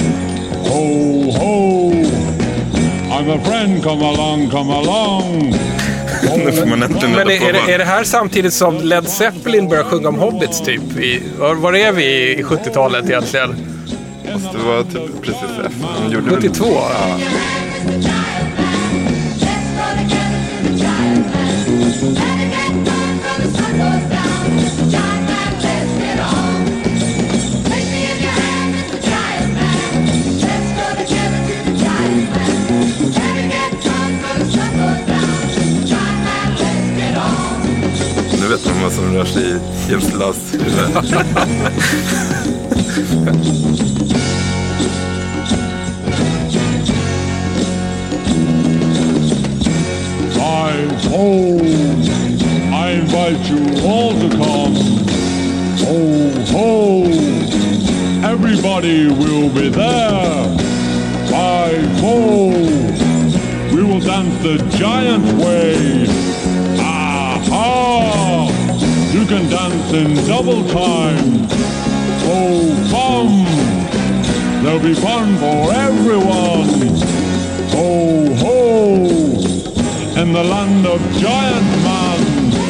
Ho-ho, I'm a friend, come along, come along. Nu får man äntligen Men är det här samtidigt som Led Zeppelin börjar sjunga om hobbits typ? Var är vi i 70-talet egentligen? Det var typ precis efter. 72? Ja. Nu vet man vad som rör sig i James Last huvud. Hi-ho, I invite you all to come. Ho-ho, everybody will be there. Hi-ho, we will dance the giant way. Aha, you can dance in double time. Oh, fun, there'll be fun for everyone. Ho-ho, in the land of Giant Man.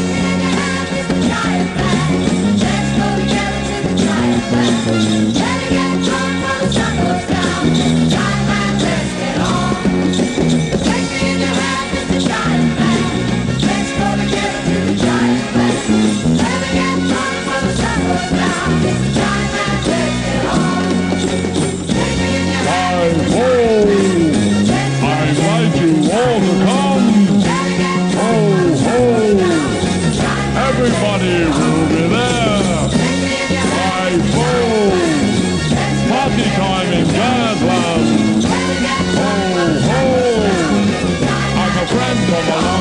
Everybody will be there. Hi-ho, party time in Giantland. Ho-ho, I'm a friend from a